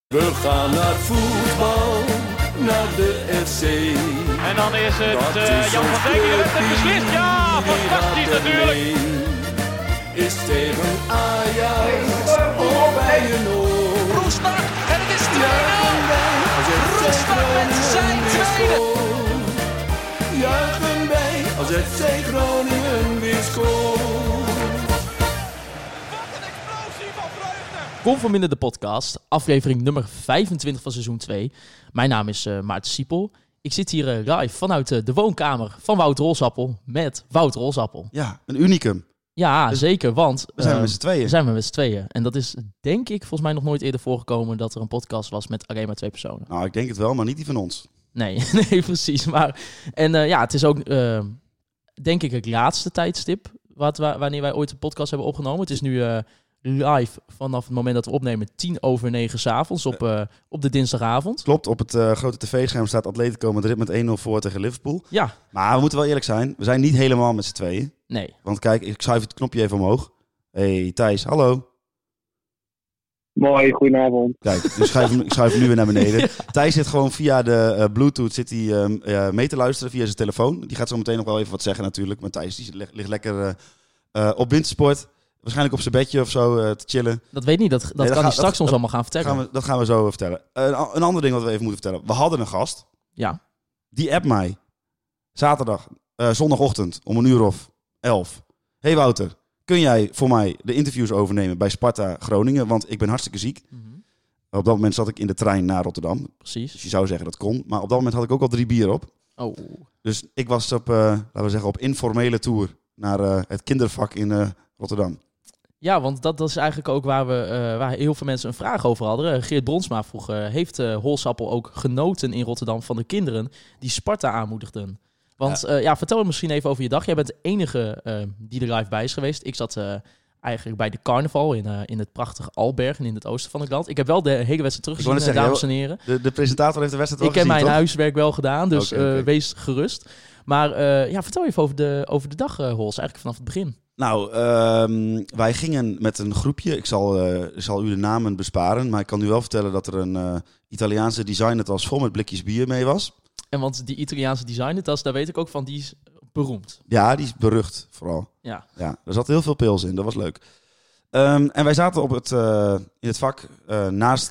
We gaan naar voetbal, naar de FC. En dan is het Jan van Dijk die de wedstrijd beslist. Ja, fantastisch natuurlijk. Is tegen Ajax of bij een oor. Roestak en het is 2-0. Roestak met zijn tweede. Juichen wij als FC Groningen weer scoort. Conforminder de podcast, aflevering nummer 25 van seizoen 2. Mijn naam is Maarten Siepel. Ik zit hier live vanuit de woonkamer van Wouter Rolsappel met Wouter Rolsappel. Ja, een unicum. Ja, dus zeker, want we zijn met z'n tweeën. We zijn met z'n tweeën. En dat is denk ik volgens mij nog nooit eerder voorgekomen dat er een podcast was met alleen maar 2 personen. Nou, ik denk het wel, maar niet die van ons. Nee, nee, precies. Maar, en het is ook denk ik het laatste tijdstip wanneer wij ooit een podcast hebben opgenomen. Het is nu live vanaf het moment dat we opnemen 9:10 s'avonds op de dinsdagavond. Klopt, op het grote tv-scherm staat Atletico Madrid met 1-0 voor tegen Liverpool. Ja. Maar we moeten wel eerlijk zijn, we zijn niet helemaal met z'n tweeën. Nee. Want kijk, ik schuif het knopje even omhoog. Hey Thijs, hallo. Mooi, goedenavond. Kijk, dus ik schuif hem nu weer naar beneden. Ja. Thijs zit gewoon via de Bluetooth mee te luisteren via zijn telefoon. Die gaat zo meteen nog wel even wat zeggen natuurlijk. Maar Thijs die ligt lekker op wintersport. Waarschijnlijk op zijn bedje of zo te chillen. Dat weet niet, dat kan hij straks ons allemaal gaan vertellen. Dat gaan we zo vertellen. Een ander ding wat we even moeten vertellen. We hadden een gast. Ja. Die appt mij. Zondagochtend om 11:00. Hey Wouter, kun jij voor mij de interviews overnemen bij Sparta Groningen? Want ik ben hartstikke ziek. Mm-hmm. Op dat moment zat ik in de trein naar Rotterdam. Precies. Dus je zou zeggen dat kon. Maar op dat moment had ik ook al 3 bier op. Oh. Dus ik was laten we zeggen, op informele tour naar het kindervak in Rotterdam. Ja, want dat is eigenlijk ook waar heel veel mensen een vraag over hadden. Geert Bronsma vroeg, heeft Holsappel ook genoten in Rotterdam van de kinderen die Sparta aanmoedigden? Want vertel me misschien even over je dag. Jij bent de enige die er live bij is geweest. Ik zat eigenlijk bij de carnaval in het prachtige Albergen in het oosten van het land. Ik heb wel de hele wedstrijd teruggezien, dames en heren. De presentator heeft de wedstrijd wel gezien, Ik heb mijn toch? huiswerk wel gedaan, dus Okay. Wees gerust. Maar vertel even over de dag, Hols, eigenlijk vanaf het begin. Nou, wij gingen met een groepje. Ik zal u de namen besparen, maar ik kan u wel vertellen dat er een Italiaanse designertas vol met blikjes bier mee was. En want die Italiaanse designertas, daar weet ik ook van, die is beroemd. Ja, die is berucht vooral. Ja, er zat heel veel pils in, dat was leuk. En wij zaten in het vak naast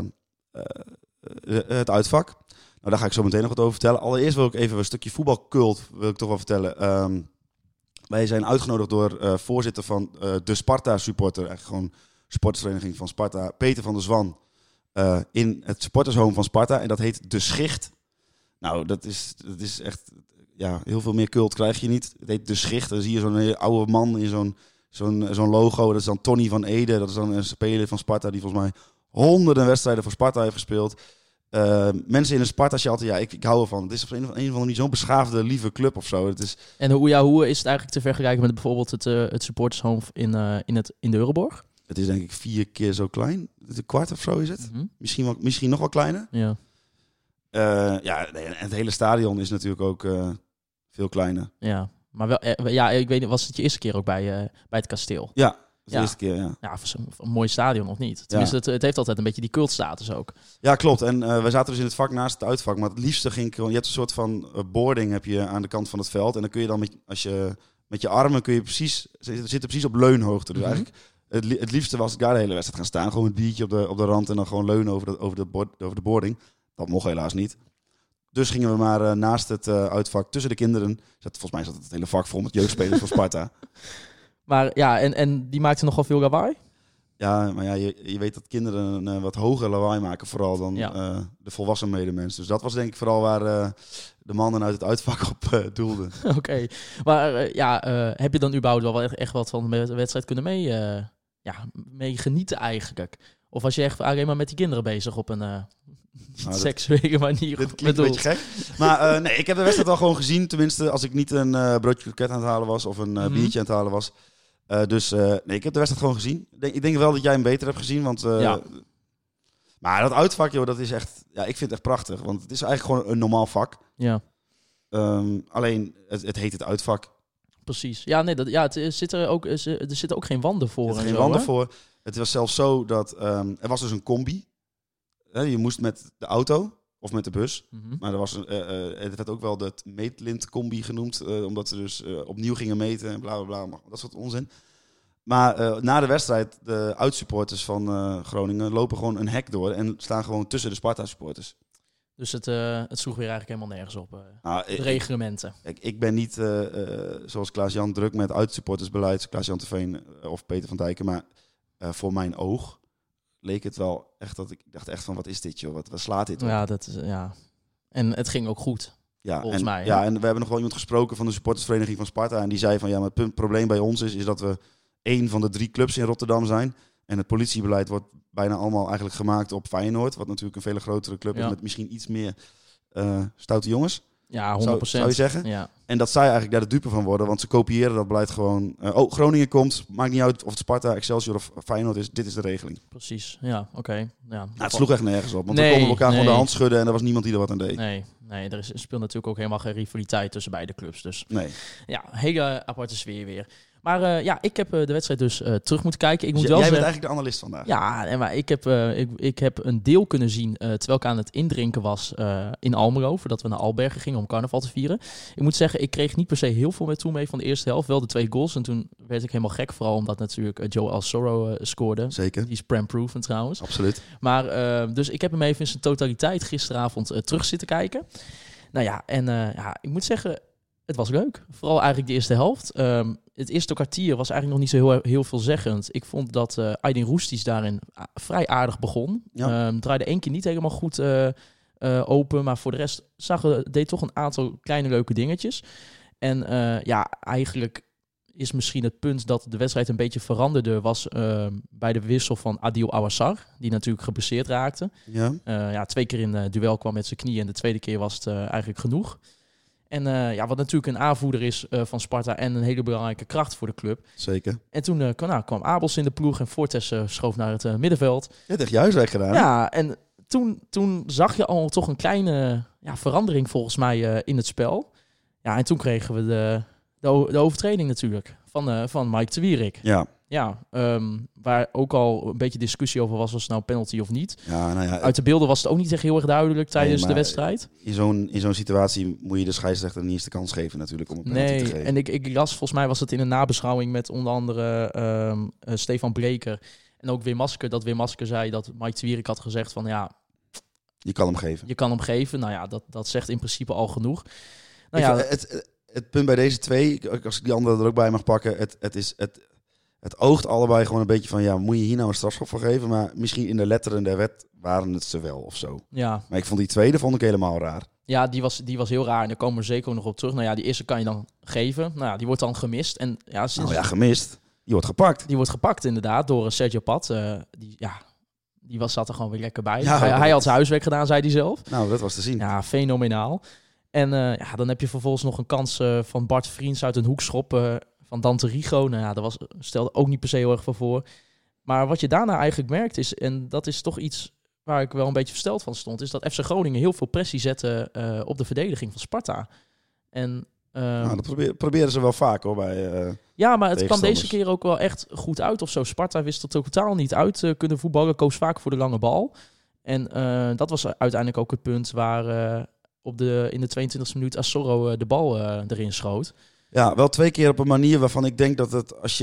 het uitvak. Nou, daar ga ik zo meteen nog wat over vertellen. Allereerst wil ik even een stukje voetbalcult wil ik toch wel vertellen. Wij zijn uitgenodigd door voorzitter van de Sparta-supporter. Eigenlijk gewoon supportersvereniging van Sparta. Peter van der Zwan. In het supportershome van Sparta. En dat heet De Schicht. Nou, dat is echt... Ja, heel veel meer cult krijg je niet. Het heet De Schicht. Dan zie je zo'n oude man in zo'n logo. Dat is dan Tony van Ede. Dat is dan een speler van Sparta die volgens mij honderden wedstrijden voor Sparta heeft gespeeld. Mensen in een Sparta-shirt, ja, ik hou ervan. Het is op een of andere manier zo'n beschaafde, lieve club of zo. Het is... En hoe is het eigenlijk te vergelijken met bijvoorbeeld het supportershome in de Euroborg? Het is denk ik 4 keer zo klein. Een kwart of zo is het. Mm-hmm. Misschien nog wel kleiner. Ja. En het hele stadion is natuurlijk ook veel kleiner. Ja, maar wel, ik weet niet, was het je eerste keer ook bij het kasteel? Ja. De eerste keer, ja. Ja, een mooi stadion of niet? Tenminste, het heeft altijd een beetje die cultstatus ook. Ja, klopt. En wij zaten dus in het vak naast het uitvak. Maar het liefste ging ik gewoon... Je hebt een soort van boarding heb je aan de kant van het veld. En dan kun je dan met je armen kun je precies... Zitten precies op leunhoogte. Dus eigenlijk het liefste was ik daar de hele wedstrijd gaan staan. Gewoon een biertje op de rand en dan gewoon leunen over de boarding. Dat mocht helaas niet. Dus gingen we maar naast het uitvak tussen de kinderen. Volgens mij zat het hele vak vol met jeugdspelers van Sparta. Maar ja, en die maakte nogal veel lawaai? Ja, maar ja, je weet dat kinderen een wat hoger lawaai maken, vooral dan de volwassen medemensen. Dus dat was denk ik vooral waar de mannen uit het uitvak op doelden. Oké. Maar heb je dan überhaupt wel echt wat van de wedstrijd kunnen mee genieten eigenlijk? Of was je echt alleen maar met die kinderen bezig op een seksuele manier? Dit klinkt een beetje gek. Maar nee, ik heb de wedstrijd wel gewoon gezien. Tenminste, als ik niet een broodje kroket aan het halen was of een biertje aan het halen was. Nee, ik heb de wedstrijd gewoon gezien. Ik denk wel dat jij hem beter hebt gezien, want... Maar dat uitvak, joh, dat is echt... Ja, ik vind het echt prachtig, want het is eigenlijk gewoon een normaal vak. Ja. Alleen, het heet het uitvak. Precies. Ja, nee, er zitten ook geen wanden voor. Er zitten geen wanden voor. Het was zelfs zo dat... er was dus een combi. je moest met de auto of met de bus. Mhm. Maar er was het werd ook wel de meetlint-combi genoemd. Omdat ze dus opnieuw gingen meten en bla bla bla. Dat soort onzin. Maar na de wedstrijd, de uitsupporters van Groningen lopen gewoon een hek door. En staan gewoon tussen de Sparta-supporters. Dus het sloeg weer eigenlijk helemaal nergens op. De Ik, reglementen. ik ben niet, zoals Klaas-Jan, druk met uitsupportersbeleid. Klaas-Jan Terveen of Peter van Dijken. Maar voor mijn oog leek het wel echt dat ik dacht echt van, wat is dit joh? Wat slaat dit op? Ja, dat is, ja. En het ging ook goed. Ja, volgens mij, Ja, hè? en we hebben nog wel iemand gesproken van de supportersvereniging van Sparta. En die zei van, ja, maar het probleem bij ons is dat we 1 van de 3 clubs in Rotterdam zijn. En het politiebeleid wordt bijna allemaal eigenlijk gemaakt op Feyenoord. Wat natuurlijk een veel grotere club is met misschien iets meer stoute jongens. Ja, 100%. Zou je zeggen? Ja. En dat zij eigenlijk daar de dupe van worden. Want ze kopiëren dat beleid gewoon. Groningen komt. Maakt niet uit of het Sparta, Excelsior of Feyenoord is. Dit is de regeling. Precies, ja, oké. Ja, Nou, het sloeg echt nergens op. Want Nee, we konden elkaar gewoon nee. de hand schudden en er was niemand die er wat aan deed. Nee, er speelt natuurlijk ook helemaal geen rivaliteit tussen beide clubs. Dus Nee. ja, hele aparte sfeer weer. Maar ik heb de wedstrijd dus terug moeten kijken. Ik moet Dus wel jij bent zeggen, eigenlijk de analist vandaag. ja, maar ik heb een deel kunnen zien terwijl ik aan het indrinken was in Almelo, voordat we naar Albergen gingen om carnaval te vieren. Ik moet zeggen, ik kreeg niet per se heel veel mee van de eerste helft. Wel de 2 goals en toen werd ik helemaal gek. Vooral omdat natuurlijk Joe Alsoro scoorde. Zeker. Die is prem-proven trouwens. Absoluut. Maar dus ik heb hem even in zijn totaliteit gisteravond terug zitten kijken. Nou ja, en ik moet zeggen, het was leuk. Vooral eigenlijk de eerste helft. Het eerste kwartier was eigenlijk nog niet zo heel veelzeggend. Ik vond dat Aydin Roestic daarin vrij aardig begon. Ja. Draaide 1 keer niet helemaal goed open. Maar voor de rest deed toch een aantal kleine leuke dingetjes. En eigenlijk is misschien het punt dat de wedstrijd een beetje veranderde, was bij de wissel van Adil Awassar, die natuurlijk geblesseerd raakte. Ja. 2 keer in duel kwam met zijn knie en de tweede keer was het eigenlijk genoeg. En wat natuurlijk een aanvoerder is van Sparta en een hele belangrijke kracht voor de club. Zeker. En toen kwam Abels in de ploeg en Fortes schoof naar het middenveld. Je hebt echt je huiswerk gedaan. Ja, en toen zag je al toch een kleine verandering volgens mij in het spel. Ja, en toen kregen we de overtreding natuurlijk van Mike de Wierik. Ja. Ja, waar ook al een beetje discussie over was het nou penalty of niet. Ja, nou ja, Uit de beelden was het ook niet echt heel erg duidelijk tijdens de wedstrijd. In zo'n situatie moet je de scheidsrechter niet eens de kans geven natuurlijk om een penalty te geven. En ik las, volgens mij was het in een nabeschouwing met onder andere Stefan Breker en ook Wim Masker. Dat Wim Masker zei dat Mike de Wierik had gezegd van ja, Je kan hem geven. je kan hem geven. Nou ja, dat zegt in principe al genoeg. Het punt bij deze 2, als ik die andere er ook bij mag pakken, het oogt allebei gewoon een beetje van, ja, moet je hier nou een strafschop voor geven? Maar misschien in de letteren der wet waren het ze wel of zo. Ja. Maar ik vond die tweede helemaal raar. Ja, die was heel raar en daar komen we zeker ook nog op terug. Nou ja, die eerste kan je dan geven. Nou ja, die wordt dan gemist. En ja, Gemist. Die wordt gepakt. Die wordt gepakt inderdaad door Sergio Pat. Die zat er gewoon weer lekker bij. Ja, hij had zijn huiswerk gedaan, zei hij zelf. Nou, dat was te zien. Ja, fenomenaal. En dan heb je vervolgens nog een kans van Bart Vriends uit een hoekschop van Dante Rigo. Nou ja, dat stelde ook niet per se heel erg voor. Maar wat je daarna eigenlijk merkt is, en dat is toch iets waar ik wel een beetje versteld van stond, is dat FC Groningen heel veel pressie zette op de verdediging van Sparta. En dat proberen ze wel vaak hoor. ja, maar het kwam deze tegenstanders. keer ook wel echt goed uit of zo. Sparta wist er totaal niet uit kunnen voetballen. Koos vaak voor de lange bal. En dat was uiteindelijk ook het punt waar in de 22e minuut Asoro de bal erin schoot. Ja, wel 2 keer op een manier waarvan ik denk dat het als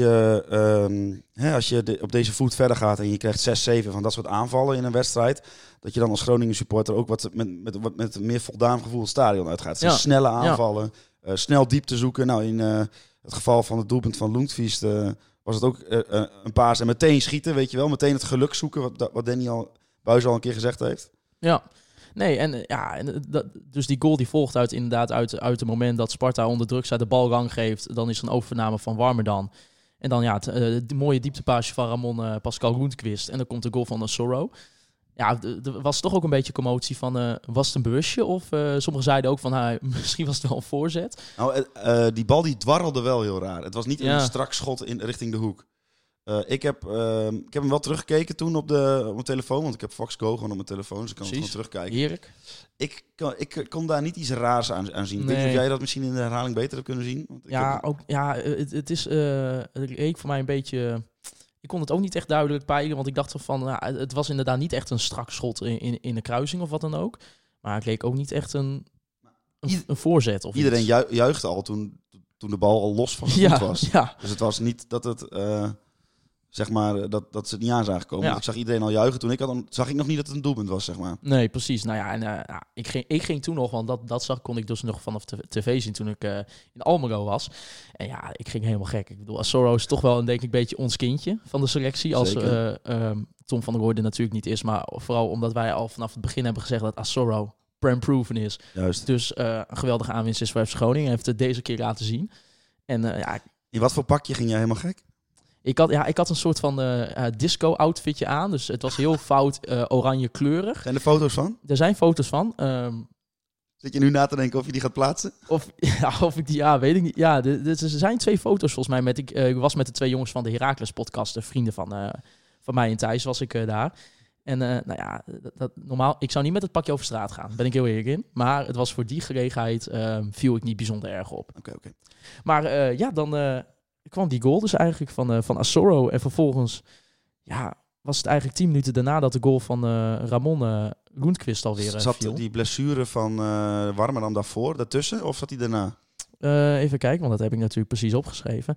je op deze voet verder gaat en je krijgt 6-7 van dat soort aanvallen in een wedstrijd, dat je dan als Groningen supporter ook wat met een meer voldaan gevoel het stadion uitgaat. Het zijn snelle aanvallen, snel diepte zoeken. Nou, in het geval van het doelpunt van Lundqvist was het ook een paas en meteen schieten, weet je wel. Meteen het geluk zoeken, wat Danny Buijs al een keer gezegd heeft. Ja. Nee, dus die goal die volgt uit het moment dat Sparta onder druk staat, de bal gang geeft. Dan is er een overname van Warmerdam. En dan het mooie dieptepaasje van Ramon Pascal Lundqvist. En dan komt de goal van Asoro. Ja, er was toch ook een beetje commotie van, was het een bewustje? Of sommigen zeiden ook van, misschien was het wel een voorzet. Nou, die bal die dwarrelde wel heel raar. Het was niet een strak schot richting de hoek. Ik heb hem wel teruggekeken toen op mijn telefoon, want ik heb Fox Go gewoon op mijn telefoon, dus ik kan het gewoon terugkijken. Heerlijk. Ik kon daar niet iets raars aan zien. Ik denk dat jij dat misschien in de herhaling beter hebt kunnen zien. Want het leek voor mij een beetje. ik kon het ook niet echt duidelijk peilen, want ik dacht van, het was inderdaad niet echt een strak schot in de kruising of wat dan ook. Maar het leek ook niet echt een voorzet of Iedereen iets. juichte al toen de bal al los van zijn voet was. Ja. Dus het was niet dat het, zeg maar, dat ze het niet aan zagen komen. Ja. Dus ik zag iedereen al juichen. Toen zag ik nog niet dat het een doelpunt was, zeg maar. Nee, precies. Nou ja, en ik ging toen nog, want dat kon ik dus nog vanaf tv zien toen ik in Almelo was. En ja, ik ging helemaal gek. Ik bedoel, Asoro is toch wel denk ik een beetje ons kindje van de selectie. Als Tom van der Rooij natuurlijk niet is, maar vooral omdat wij al vanaf het begin hebben gezegd dat Asoro prem-proven is. Juist. Dus een geweldige aanwinst is voor FC Groningen. Hij heeft het deze keer laten zien. En In wat voor pakje ging jij helemaal gek? ik had een soort van disco-outfitje aan. Dus het was heel fout oranje kleurig. Zijn er foto's van? Er zijn foto's van. Zit je nu na te denken of je die gaat plaatsen? Of ik die... Ja, weet ik niet. Ja, er zijn 2 foto's volgens mij. Ik was met de 2 jongens van de Heracles podcast. De vrienden van mij en Thijs was ik daar. En normaal... Ik zou niet met het pakje over straat gaan. Daar ben ik heel eerlijk in. Maar het was voor die gelegenheid... viel ik niet bijzonder erg op. Oké. Maar dan kwam die goal dus eigenlijk van Asoro. En vervolgens was het eigenlijk 10 minuten daarna dat de goal van Ramon Lundqvist alweer viel. Zat die blessure van Warmerdam daarvoor, daartussen? Of zat die daarna? Even kijken, want dat heb ik natuurlijk precies opgeschreven.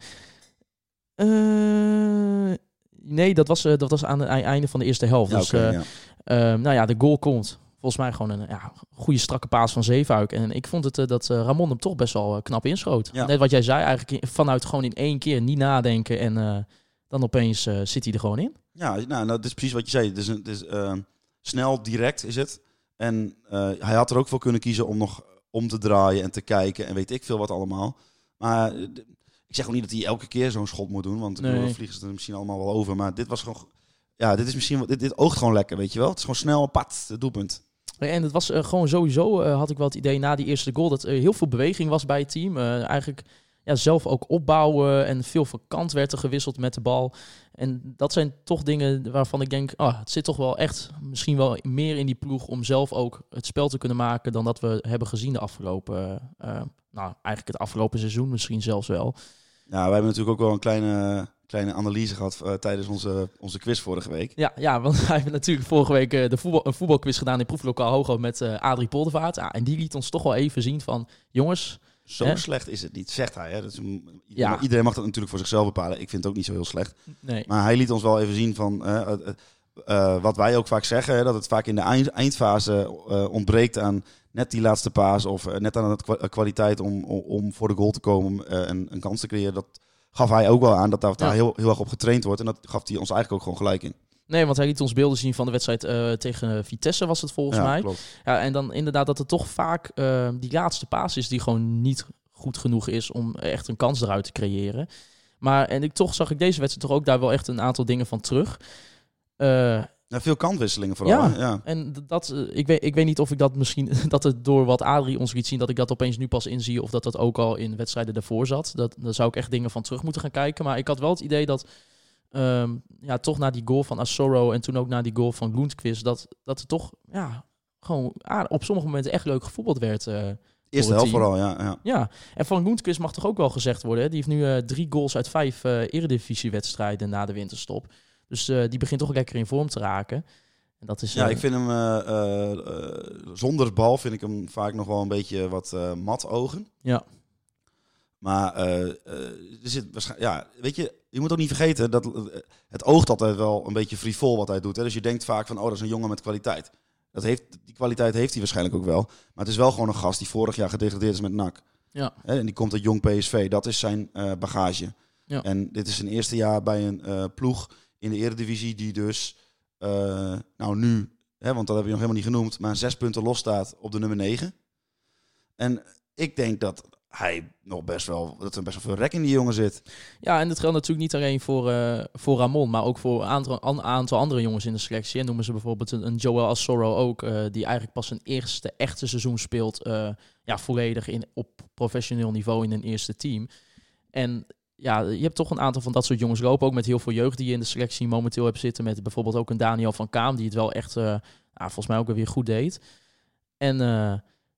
Nee, dat was aan het einde van de eerste helft. Dus de goal komt. Volgens mij gewoon een goede strakke paas van Zeefuik. En ik vond het dat Ramon hem toch best wel knap inschoot. Ja. Net wat jij zei, eigenlijk vanuit gewoon in 1 keer niet nadenken. En dan opeens zit hij er gewoon in. Ja, nou, dat is precies wat je zei. Het is snel, direct is het. En hij had er ook voor kunnen kiezen om nog om te draaien en te kijken. En weet ik veel wat allemaal. Maar ik zeg ook niet dat hij elke keer zo'n schot moet doen. Want dan vliegen ze er misschien allemaal wel over. Maar dit was gewoon... Ja, dit oogt gewoon lekker, weet je wel. Het is gewoon snel, het doelpunt. En het was gewoon sowieso, had ik wel het idee na die eerste goal, dat er heel veel beweging was bij het team. Eigenlijk zelf ook opbouwen en veel van kant werd er gewisseld met de bal. En dat zijn toch dingen waarvan ik denk, het zit toch wel echt misschien wel meer in die ploeg om zelf ook het spel te kunnen maken dan dat we hebben gezien de afgelopen, eigenlijk het afgelopen seizoen misschien zelfs wel. Ja, wij hebben natuurlijk ook wel een kleine analyse gehad tijdens onze quiz vorige week. Ja, want wij hebben natuurlijk vorige week een voetbalquiz gedaan in Proeflokaal Hogo met Adrie Poldervaart. Ja, en die liet ons toch wel even zien van, jongens... Zo slecht is het niet, zegt hij. Hè? Iedereen mag dat natuurlijk voor zichzelf bepalen. Ik vind het ook niet zo heel slecht. Nee. Maar hij liet ons wel even zien van wat wij ook vaak zeggen. Hè, dat het vaak in de eindfase ontbreekt aan net die laatste paas. Of net aan de kwaliteit om voor de goal te komen en een kans te creëren. Dat gaf hij ook wel aan dat daar heel erg op getraind wordt. En dat gaf hij ons eigenlijk ook gewoon gelijk in. Nee, want hij liet ons beelden zien van de wedstrijd tegen Vitesse was het volgens mij. Klopt. Ja, en dan inderdaad dat er toch vaak die laatste paas is die gewoon niet goed genoeg is om echt een kans eruit te creëren. Maar toch zag ik deze wedstrijd toch ook daar wel echt een aantal dingen van terug. Veel kantwisselingen vooral. Ja. En ik weet niet of ik dat misschien, dat het door wat Adrie ons liet zien, dat ik dat opeens nu pas inzie of dat ook al in wedstrijden daarvoor zat. Daar zou ik echt dingen van terug moeten gaan kijken. Maar ik had wel het idee dat toch na die goal van Asoro en toen ook na die goal van Lundqvist, dat er toch gewoon op sommige momenten echt leuk gevoetbald werd. Eerste helft vooral, Ja, en van Lundqvist mag toch ook wel gezegd worden. Hè? Die heeft nu 3 goals uit 5 eredivisiewedstrijden na de winterstop. Dus die begint toch lekker in vorm te raken. En dat is, ik vind hem zonder bal vind ik hem vaak nog wel een beetje wat mat ogen. Ja. Maar er zit waarschijnlijk, weet je moet ook niet vergeten dat het oogt altijd wel een beetje frivol wat hij doet. Hè? Dus je denkt vaak van, dat is een jongen met kwaliteit. Die kwaliteit heeft hij waarschijnlijk ook wel. Maar het is wel gewoon een gast die vorig jaar gedegradeerd is met NAC. Ja. En die komt uit Jong PSV. Dat is zijn bagage. Ja. En dit is zijn eerste jaar bij een ploeg in de Eredivisie die dus nu, want dat heb je nog helemaal niet genoemd, maar 6 punten los staat op de nummer 9. En ik denk dat er best wel veel rek in die jongen zit. Ja, en dat geldt natuurlijk niet alleen voor Ramon, maar ook voor een aantal andere jongens in de selectie. En noemen ze bijvoorbeeld een Joel Asoro ook, die eigenlijk pas zijn eerste echte seizoen speelt, volledig op professioneel niveau in een eerste team. En je hebt toch een aantal van dat soort jongens lopen, ook met heel veel jeugd die je in de selectie momenteel hebt zitten, met bijvoorbeeld ook een Daniel van Kaam, die het wel echt, volgens mij ook weer goed deed. En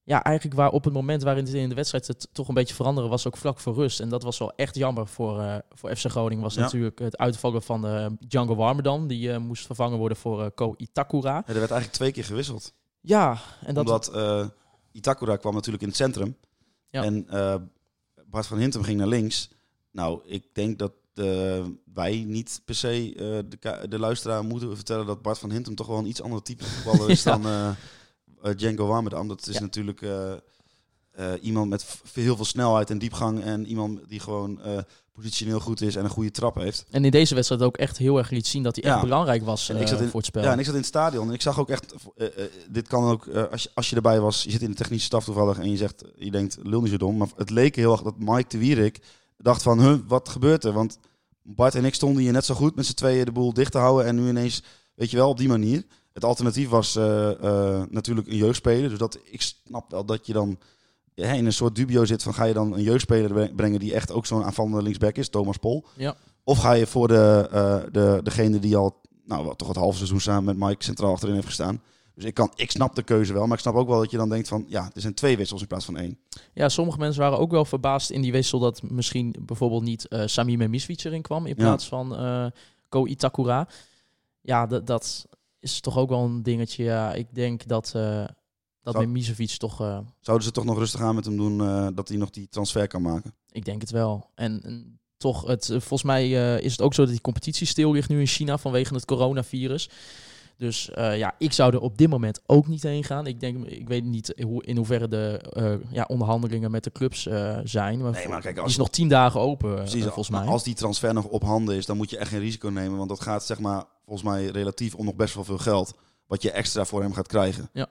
ja, eigenlijk waar op het moment waarin het in de wedstrijd het toch een beetje veranderen was ook vlak voor rust. En dat was wel echt jammer voor FC Groningen. Was natuurlijk het uitvallen van Django Warmerdam. Die moest vervangen worden voor Ko Itakura. Ja, er werd eigenlijk 2 keer gewisseld. Ja, en dat... Omdat Itakura kwam natuurlijk in het centrum. Ja. En Bart van Hintem ging naar links. Nou, ik denk dat wij niet per se de luisteraar moeten vertellen dat Bart van Hintem toch wel een iets ander type voetballer is dan Django Warmerdam. Dat is natuurlijk iemand met heel veel snelheid en diepgang en iemand die gewoon positioneel goed is en een goede trap heeft. En in deze wedstrijd ook echt heel erg liet zien dat hij echt belangrijk was voor het spel. Ja, en ik zat in het stadion en ik zag ook echt, dit kan ook, als je erbij was, je zit in de technische staf toevallig en je denkt, lul niet zo dom, maar het leek heel erg dat Mike de Wierik dacht van, wat gebeurt er? Want Bart en ik stonden hier net zo goed met z'n tweeën de boel dicht te houden en nu ineens, weet je wel, op die manier. Het alternatief was natuurlijk een jeugdspeler, dus ik snap wel dat je dan in een soort dubio zit van ga je dan een jeugdspeler brengen die echt ook zo'n aanvallende linksback is, Thomas Pol. Ja. Of ga je voor degene die al toch het halve seizoen samen met Mike centraal achterin heeft gestaan. Dus ik snap de keuze wel, maar ik snap ook wel dat je dan denkt van ja, er zijn 2 wissels in plaats van 1. Ja, sommige mensen waren ook wel verbaasd in die wissel dat misschien bijvoorbeeld niet Sami Memisvic erin kwam in plaats van Ko Itakura. Ja, dat is toch ook wel een dingetje. Ja, ik denk dat Memisevic toch... Zouden ze toch nog rustig aan met hem doen dat hij nog die transfer kan maken? Ik denk het wel. En toch, volgens mij is het ook zo dat die competitie stil ligt nu in China vanwege het coronavirus. Dus ik zou er op dit moment ook niet heen gaan. Ik weet niet in hoeverre de onderhandelingen met de clubs zijn. Maar kijk, die is nog 10 dagen open, volgens mij. Als die transfer nog op handen is, dan moet je echt geen risico nemen. Want dat gaat, zeg maar, volgens mij relatief om nog best wel veel geld. Wat je extra voor hem gaat krijgen. Ja.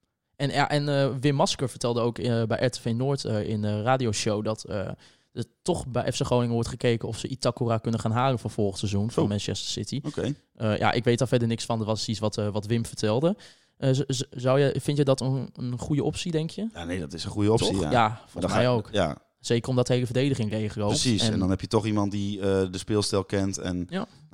En Wim Masker vertelde ook bij RTV Noord in de radioshow dat er toch bij FC Groningen wordt gekeken of ze Itakura kunnen gaan halen voor volgend seizoen van Manchester City. Oké. Ik weet daar verder niks van. Dat was iets wat Wim vertelde. Vind je dat een goede optie, denk je? Ja, nee, dat is een goede optie. Ja, volgens mij ook. Ja. Zeker omdat de hele verdediging regelt. Precies, en dan heb je toch iemand die de speelstijl kent. En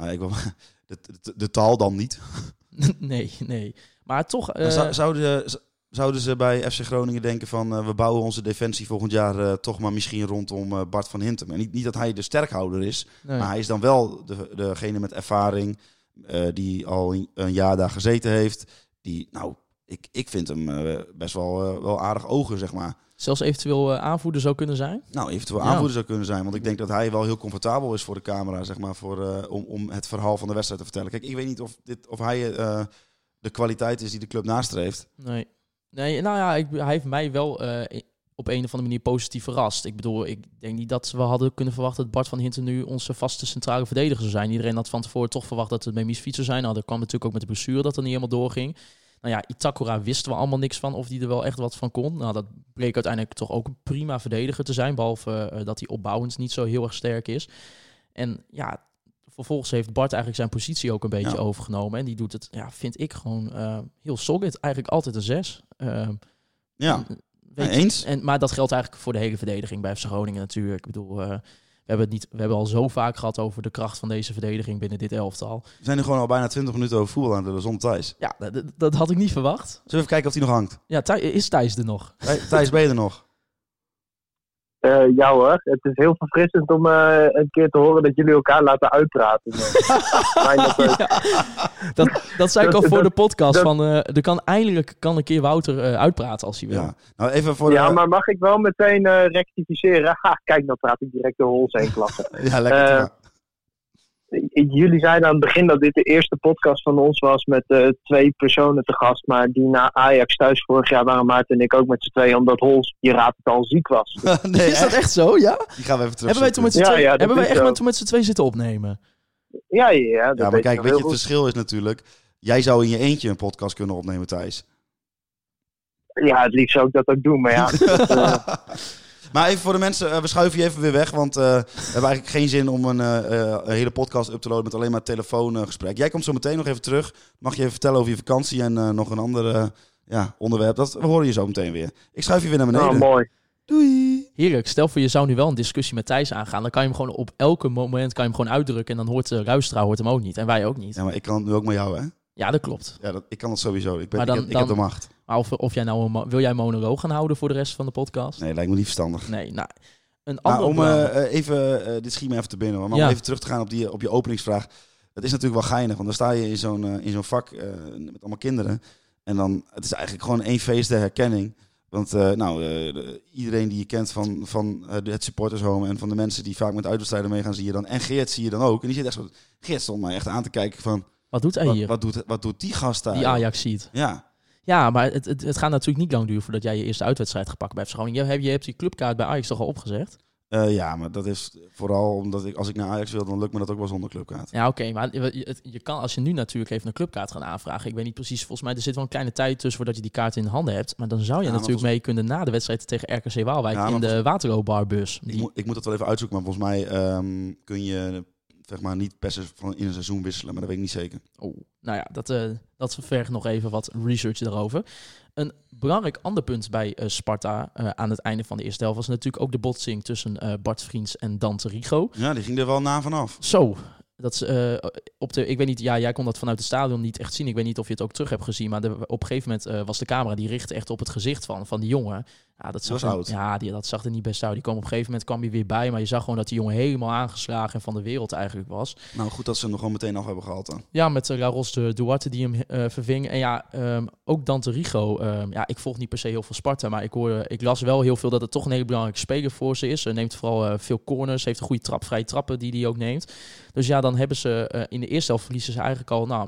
de taal dan niet. Nee. Maar toch... Zouden ze bij FC Groningen denken van we bouwen onze defensie volgend jaar toch maar misschien rondom Bart van Hintem. En niet dat hij de sterkhouder is, maar hij is dan wel degene met ervaring die al een jaar daar gezeten heeft. Ik vind hem best wel aardig ogen, zeg maar. Zelfs eventueel aanvoerder zou kunnen zijn? Nou, eventueel aanvoerder zou kunnen zijn. Want ik denk dat hij wel heel comfortabel is voor de camera, zeg maar, om het verhaal van de wedstrijd te vertellen. Kijk, ik weet niet of hij de kwaliteit is die de club nastreeft. Nee, nou ja, hij heeft mij wel op een of andere manier positief verrast. Ik bedoel, ik denk niet dat we hadden kunnen verwachten dat Bart van Hintem nu onze vaste centrale verdediger zou zijn. Iedereen had van tevoren toch verwacht dat het Memisfiets zou zijn. Nou, dat kwam natuurlijk ook met de blessure dat er niet helemaal doorging. Nou ja, Itakura wisten we allemaal niks van of die er wel echt wat van kon. Nou, dat bleek uiteindelijk toch ook een prima verdediger te zijn, behalve dat hij opbouwend niet zo heel erg sterk is. En ja, vervolgens heeft Bart eigenlijk zijn positie ook een beetje overgenomen. En die doet het, vind ik gewoon heel solid. Eigenlijk altijd een 6. Eens. Maar dat geldt eigenlijk voor de hele verdediging bij FC Groningen natuurlijk. Ik bedoel, we hebben al zo vaak gehad over de kracht van deze verdediging binnen dit elftal. We zijn nu gewoon al bijna 20 minuten over voetbal aan de zon Thijs. Ja, dat had ik niet verwacht. Zullen we even kijken of hij nog hangt? Ja, is Thijs er nog? Thijs, ben je er nog? Ja hoor, het is heel verfrissend om een keer te horen dat jullie elkaar laten uitpraten. Dat zei ik al voor de podcast. Eindelijk kan een keer Wouter uitpraten als hij wil. Ja, nou even voor maar mag ik wel meteen rectificeren? Kijk, dan praat ik direct de hols heen klappen. Ja, lekker. Jullie zeiden aan het begin dat dit de eerste podcast van ons was met 2 personen te gast. Maar die na Ajax thuis vorig jaar waren Maarten en ik ook met z'n tweeën. Omdat Hols, je raadt het al, ziek was. Nee, is dat echt zo? Ja? Die gaan we even terug. Hebben wij toen met z'n tweeën zitten opnemen? Ja, maar kijk, weet je, het verschil is natuurlijk... Jij zou in je eentje een podcast kunnen opnemen, Thijs. Ja, het liefst zou ik dat ook doen, maar ja... Maar even voor de mensen, we schuiven je even weer weg, want we hebben eigenlijk geen zin om een hele podcast up te loaden met alleen maar telefoongesprek. Jij komt zo meteen nog even terug. Mag je even vertellen over je vakantie en nog een ander onderwerp. We horen je zo meteen weer. Ik schuif je weer naar beneden. Oh, mooi. Doei. Heerlijk. Stel voor je zou nu wel een discussie met Thijs aangaan. Dan kan je hem gewoon op elke moment uitdrukken. En dan hoort de luisteraar hem ook niet. En wij ook niet. Ja, maar ik kan het nu ook met jou, hè? Ja, dat klopt. Ja, ik kan het sowieso. Ik heb de macht. Maar of jij nou wil jij een monoloog gaan houden voor de rest van de podcast? Nee, lijkt me niet verstandig. Nee, nou... Dit schiet me even te binnen. Maar om even terug te gaan op je openingsvraag. Het is natuurlijk wel geinig. Want dan sta je in zo'n vak met allemaal kinderen. En dan, het is eigenlijk gewoon één feest der herkenning. Want iedereen die je kent van het supportershome en van de mensen die vaak met uitwedstrijden meegaan, zie je dan. En Geert zie je dan ook. En die zit echt zo. Geert stond mij echt aan te kijken van. Wat doet hij hier? Wat doet die gast daar? Die Ajax ziet. Ja. Ja, maar het gaat natuurlijk niet lang duren voordat jij je eerste uitwedstrijd gepakt bij FC Groningen. Je hebt die clubkaart bij Ajax toch al opgezegd? Ja, maar dat is vooral omdat als ik naar Ajax wil, dan lukt me dat ook wel zonder clubkaart. Ja, oké, maar je kan als je nu natuurlijk even een clubkaart gaan aanvragen. Ik weet niet precies, volgens mij er zit wel een kleine tijd tussen voordat je die kaart in handen hebt. Maar dan zou je natuurlijk mee kunnen na de wedstrijd tegen RKC Waalwijk in de Waterloobarbus. Ik moet dat wel even uitzoeken, maar volgens mij kun je zeg maar niet per se in een seizoen wisselen, maar dat weet ik niet zeker. Oh, nou ja, dat vergt nog even wat research erover. Een belangrijk ander punt bij Sparta aan het einde van de eerste helft was natuurlijk ook de botsing tussen Bart Vriends en Dante Rigo. Ja, die ging er wel na vanaf. Zo, dat is, ik weet niet, ja, jij kon dat vanuit het stadion niet echt zien. Ik weet niet of je het ook terug hebt gezien, maar op een gegeven moment was de camera die richtte echt op het gezicht van die jongen. Ja, dat was oud. Ja, dat zag er niet best uit. Op een gegeven moment kwam hij weer bij, maar je zag gewoon dat die jongen helemaal aangeslagen en van de wereld eigenlijk was. Nou, goed dat ze hem nog gewoon meteen af hebben gehaald dan. Ja, met Laros de Duarte die hem verving. En ja, ook Dante Rigo. Ik volg niet per se heel veel Sparta, maar ik las wel heel veel dat het toch een hele belangrijke speler voor ze is. Hij neemt vooral veel corners, heeft een goede vrije trappen die hij ook neemt. Dus ja, dan hebben ze in de eerste helft verliezen ze eigenlijk al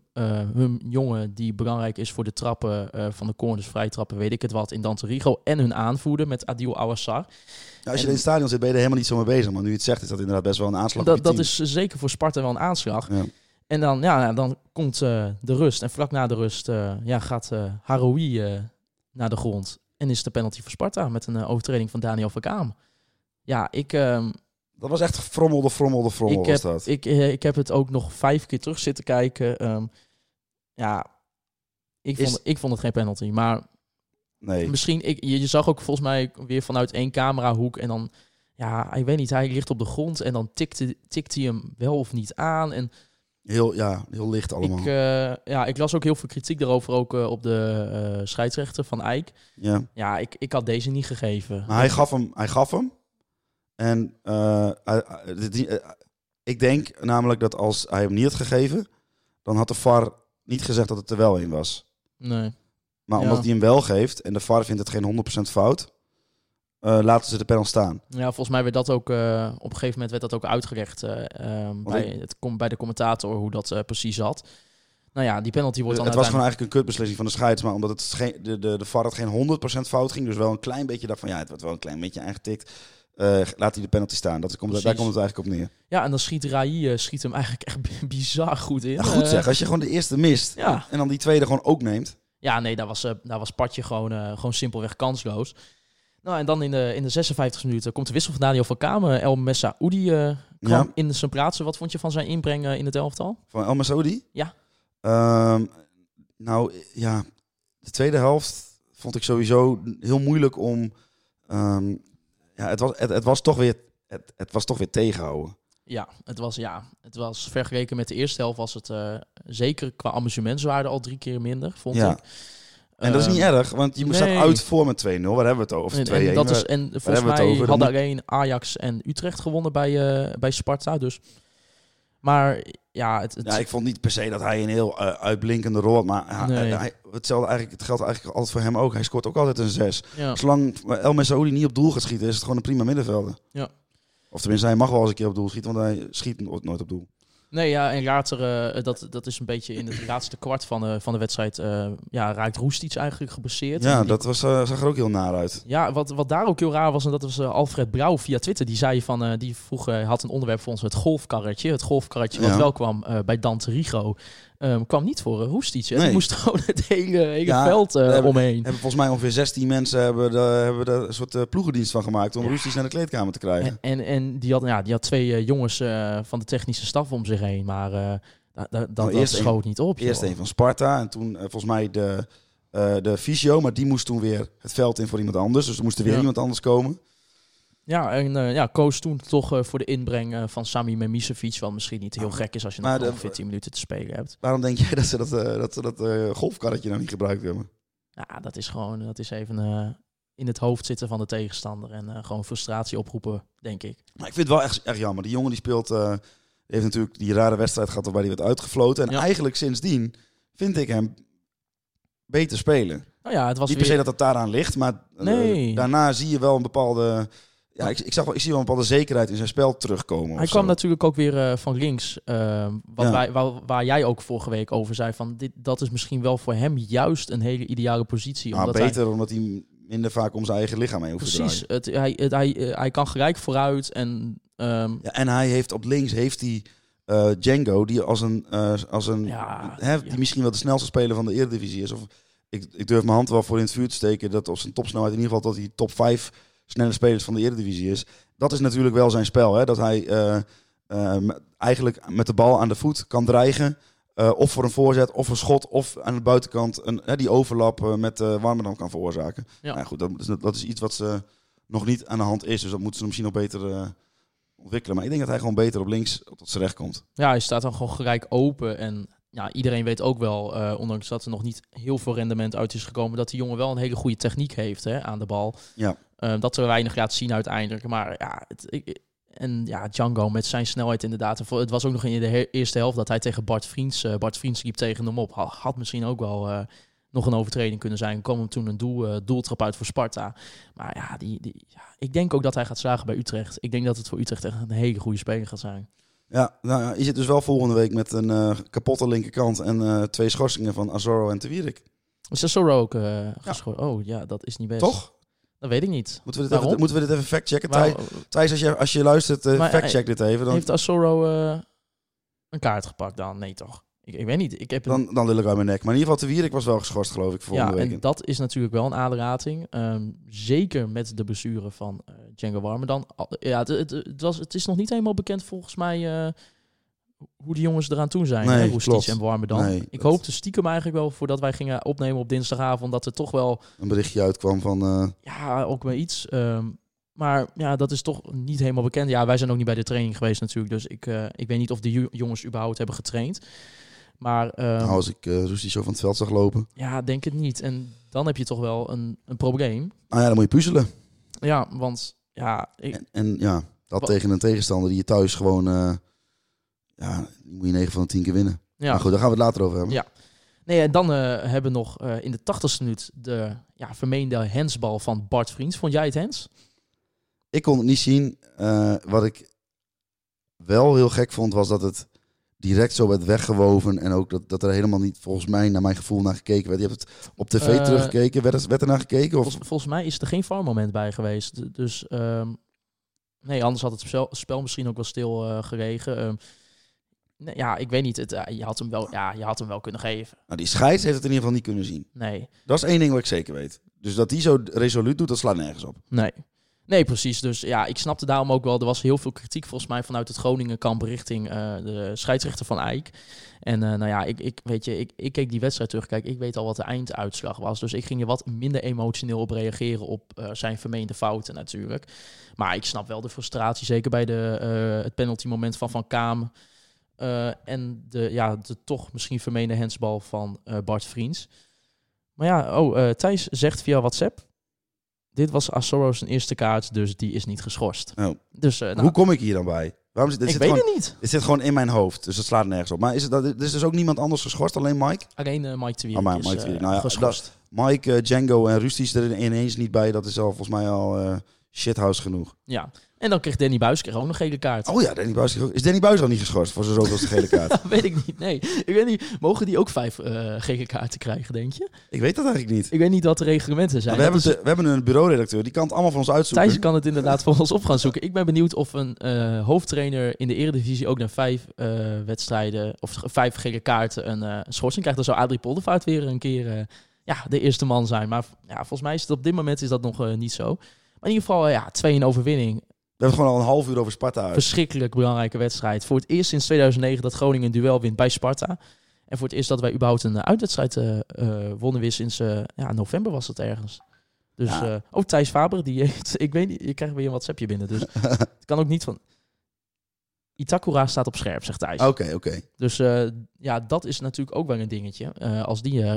hun jongen die belangrijk is voor de trappen van de corners, vrije trappen, weet ik het wat, in Dante Rigo en hun aanvoerder met Adil Awassar. Ja, als je in het stadion zit, ben je er helemaal niet zo mee bezig. Maar nu je het zegt, is dat inderdaad best wel een aanslag. Dat is zeker voor Sparta wel een aanslag. Ja. En dan komt de rust. En vlak na de rust gaat Haroui naar de grond. En is de penalty voor Sparta met een overtreding van Daniel Verkaam. Ja, dat was echt frommel was dat. Ik heb het ook nog 5 keer terug zitten kijken. Ik vond het geen penalty, maar... Nee. Misschien, je zag ook volgens mij weer vanuit 1 camerahoek en dan, ja, ik weet niet, hij ligt op de grond en dan tikt hij hem wel of niet aan. En heel licht allemaal. Ik las ook heel veel kritiek daarover, ook op de scheidsrechter van Eijk. Ja, ik had deze niet gegeven. Maar hij gaf hem. En ik denk namelijk dat als hij hem niet had gegeven, dan had de VAR niet gezegd dat het er wel in was. Nee. Maar omdat hij hem wel geeft en de VAR vindt het geen 100% fout, laten ze de penalty staan. Ja, volgens mij werd dat ook op een gegeven moment werd dat ook uitgelegd bij de commentator hoe dat precies zat. Nou ja, die penalty wordt dan het was gewoon eigenlijk een kutbeslissing van de scheids, maar omdat het de VAR had geen 100% fout ging, dus wel een klein beetje dacht van ja, het wordt wel een klein beetje aangetikt. Laat hij de penalty staan. Daar komt het eigenlijk op neer. Ja, en dan schiet Rai hem eigenlijk echt bizar goed in. Ja, goed zeg, als je gewoon de eerste mist en dan die tweede gewoon ook neemt. Ja, nee, daar was Patje gewoon simpelweg kansloos. Nou, en dan in de 56 minuten komt de wissel van Daniel Verkaam. El Messaoudi kwam in zijn plaatsen. Wat vond je van zijn inbreng in het elftal? Van El Messaoudi? Ja. De tweede helft vond ik sowieso heel moeilijk om... Het was toch weer tegenhouden. Ja, het was vergeleken met de eerste helft was het zeker qua amusementswaarde al 3 keer minder, vond ik. En dat is niet erg, want je staat uit voor met 2-0. Waar hebben we het over? 2-1. En volgens mij hadden alleen Ajax en Utrecht gewonnen bij Sparta. Dus. Maar ja, ik vond niet per se dat hij een heel uitblinkende rol had. Maar het geldt eigenlijk altijd voor hem ook. Hij scoort ook altijd een 6. Ja. Zolang El Messaoudi niet op doel gaat schieten, is het gewoon een prima middenvelder. Ja. Of tenminste, hij mag wel eens een keer op doel schieten, want hij schiet nooit op doel. Nee, ja, en later, dat is een beetje in het laatste kwart van de wedstrijd, raakt Roestic eigenlijk geblesseerd. Ja, dat zag er ook heel naar uit. Ja, wat daar ook heel raar was, en dat was Alfred Brouw via Twitter, die zei die vroeg, had een onderwerp voor ons, het golfkarretje. Het golfkarretje wat wel kwam bij Dante Rigo. Kwam niet voor Roestic. Nee. Die moest gewoon het hele veld omheen. Hebben volgens mij ongeveer 16 mensen hebben er een soort ploegendienst van gemaakt om Roestic naar de kleedkamer te krijgen. En die had 2 jongens van de technische staf om zich heen, maar dat schoot niet op. Eerst een van Sparta en toen volgens mij de fysio, maar die moest toen weer het veld in voor iemand anders. Dus er moest er weer iemand anders komen. Ja, en koos toen toch voor de inbreng van Sami Memisevic, wat misschien niet heel gek is als je nog 14 minuten te spelen hebt. Waarom denk jij dat ze dat golfkarretje nou niet gebruikt hebben? Ja, dat is even in het hoofd zitten van de tegenstander. En gewoon frustratie oproepen, denk ik. Maar ik vind het wel echt jammer. Die jongen die speelt... heeft natuurlijk die rare wedstrijd gehad waarbij hij werd uitgefloten. En eigenlijk sindsdien vind ik hem beter spelen. Nou ja, het was niet per se dat het daaraan ligt, maar daarna zie je wel een bepaalde... Ja, ik zie wel een bepaalde zekerheid in zijn spel terugkomen. Hij kwam natuurlijk ook weer van links. Waar jij ook vorige week over zei. Van dat is misschien wel voor hem juist een hele ideale positie. Omdat hij minder vaak om zijn eigen lichaam heen hoeft te draaien. Hij kan gelijk vooruit. En en hij heeft op links Django, die die misschien wel de snelste speler van de Eredivisie is. Of ik durf mijn hand wel voor in het vuur te steken dat op zijn topsnelheid in ieder geval dat hij top 5 snelle spelers van de Eredivisie is. Dat is natuurlijk wel zijn spel. Hè? Dat hij eigenlijk met de bal aan de voet kan dreigen. Of voor een voorzet, of een schot, of aan de buitenkant die overlap met Warmerdam kan veroorzaken. Ja. Nou goed, dat is iets wat ze nog niet aan de hand is. Dus dat moeten ze misschien nog beter ontwikkelen. Maar ik denk dat hij gewoon beter op links tot zijn recht komt. Ja, hij staat dan gewoon gelijk open. En ja, iedereen weet ook wel, ondanks dat er nog niet heel veel rendement uit is gekomen, dat die jongen wel een hele goede techniek heeft aan de bal. Ja. Dat er weinig laat zien uiteindelijk. Maar ja, Django met zijn snelheid inderdaad. Het was ook nog in de eerste helft dat hij tegen Bart Vriends liep tegen hem op. Had misschien ook wel nog een overtreding kunnen zijn. Kwam hem toen een doeltrap uit voor Sparta. Maar ja, ik denk ook dat hij gaat slagen bij Utrecht. Ik denk dat het voor Utrecht echt een hele goede speler gaat zijn. Ja, nou, je zit dus wel volgende week met een kapotte linkerkant en 2 schorsingen van Azoro en Te Wierik. Is Azoro ook geschorst? Oh ja, dat is niet best. Toch? Dat weet ik niet. Moeten we dit even factchecken? Thijs, als je luistert, factcheck dit even. Dan... Heeft Azoro een kaart gepakt dan? Nee, toch? Ik weet niet. Dan lul ik uit mijn nek. Maar in ieder geval, Te Wierik was wel geschorst, geloof ik, volgende week. En dat is natuurlijk wel een aderlating. Zeker met de blessure van Django Warmerdam. Ja, het is nog niet helemaal bekend volgens mij hoe die jongens eraan toe zijn. Roestic en Warmerdam. Ik hoopte stiekem eigenlijk wel, voordat wij gingen opnemen op dinsdagavond, dat er toch wel een berichtje uitkwam van... Ja, ook wel iets. Maar ja, dat is toch niet helemaal bekend. Ja, wij zijn ook niet bij de training geweest natuurlijk. Dus ik weet niet of de jongens überhaupt hebben getraind. Maar als ik Roestic zo van het veld zag lopen. Ja, denk het niet. En dan heb je toch wel een probleem. Ah ja, dan moet je puzzelen. Ja, want ja... tegen een tegenstander die je thuis gewoon... die moet je 9 van de 10 keer winnen. Ja. Maar goed, daar gaan we het later over hebben. Ja. Nee, en dan hebben we nog in de 80ste minuut de vermeende hensbal van Bart Vriends. Vond jij het hens? Ik kon het niet zien. Wat ik wel heel gek vond, was dat het direct zo werd weggewoven. En ook dat er helemaal niet, volgens mij, naar mijn gevoel, naar gekeken werd. Je hebt het op tv teruggekeken. Werd er naar gekeken? Of? Volgens mij is er geen VAR-moment bij geweest. Dus nee, anders had het spel misschien ook wel stil gelegen. Nee, ja, ik weet niet. Je had hem wel kunnen geven. Nou, die scheids heeft het in ieder geval niet kunnen zien. Nee. Dat is één ding wat ik zeker weet. Dus dat die zo resoluut doet, dat slaat nergens op. Nee, precies. Dus ja, ik snapte daarom ook wel. Er was heel veel kritiek volgens mij vanuit het Groningen-kamp richting de scheidsrechter van Eijk. En ik keek die wedstrijd terug. Kijk, ik weet al wat de einduitslag was. Dus ik ging er wat minder emotioneel op reageren op zijn vermeende fouten natuurlijk. Maar ik snap wel de frustratie, zeker bij het penalty-moment van Kaam. En de toch misschien vermeende hensbal van Bart Vriends. Maar ja, Thijs zegt via WhatsApp: dit was Azoro's eerste kaart, dus die is niet geschorst. Oh. Dus, hoe kom ik hier dan bij? Ik weet het niet. Het zit gewoon in mijn hoofd, dus het slaat nergens op. Maar is dus ook niemand anders geschorst, alleen Mike? Alleen Mike Te Wierik is geschorst. Mike, Django en Roestic er ineens niet bij. Dat is al volgens mij al shithouse genoeg. Ja. En dan kreeg Danny Buis ook nog gele kaart. Oh ja, Danny Buis. Is Danny Buis al niet geschorst voor zijn zoveelste gele kaart? Weet ik niet, nee. Ik weet niet, mogen die ook 5 gele kaarten krijgen, denk je? Ik weet dat eigenlijk niet. Ik weet niet wat de reglementen zijn. We hebben een bureauredacteur, die kan het allemaal van ons uitzoeken. Thijs kan het inderdaad voor ons op gaan zoeken. Ik ben benieuwd of een hoofdtrainer in de Eredivisie ook naar 5 wedstrijden of 5 gele kaarten een schorsing krijgt. Dan zou Adrie Poldervaart weer een keer de eerste man zijn. Maar ja, volgens mij is het op dit moment is dat nog niet zo. Maar in ieder geval, 2 overwinning. We hebben gewoon al een half uur over Sparta uit. Verschrikkelijk belangrijke wedstrijd. Voor het eerst sinds 2009 dat Groningen een duel wint bij Sparta. En voor het eerst dat wij überhaupt een uitwedstrijd wonnen weer sinds november was het ergens. Dus Thijs Faber, die heeft, ik weet niet, je krijgt weer een WhatsAppje binnen. Dus het kan ook niet van... Itakura staat op scherp, zegt Thijs. Oké. Dus dat is natuurlijk ook wel een dingetje. Als die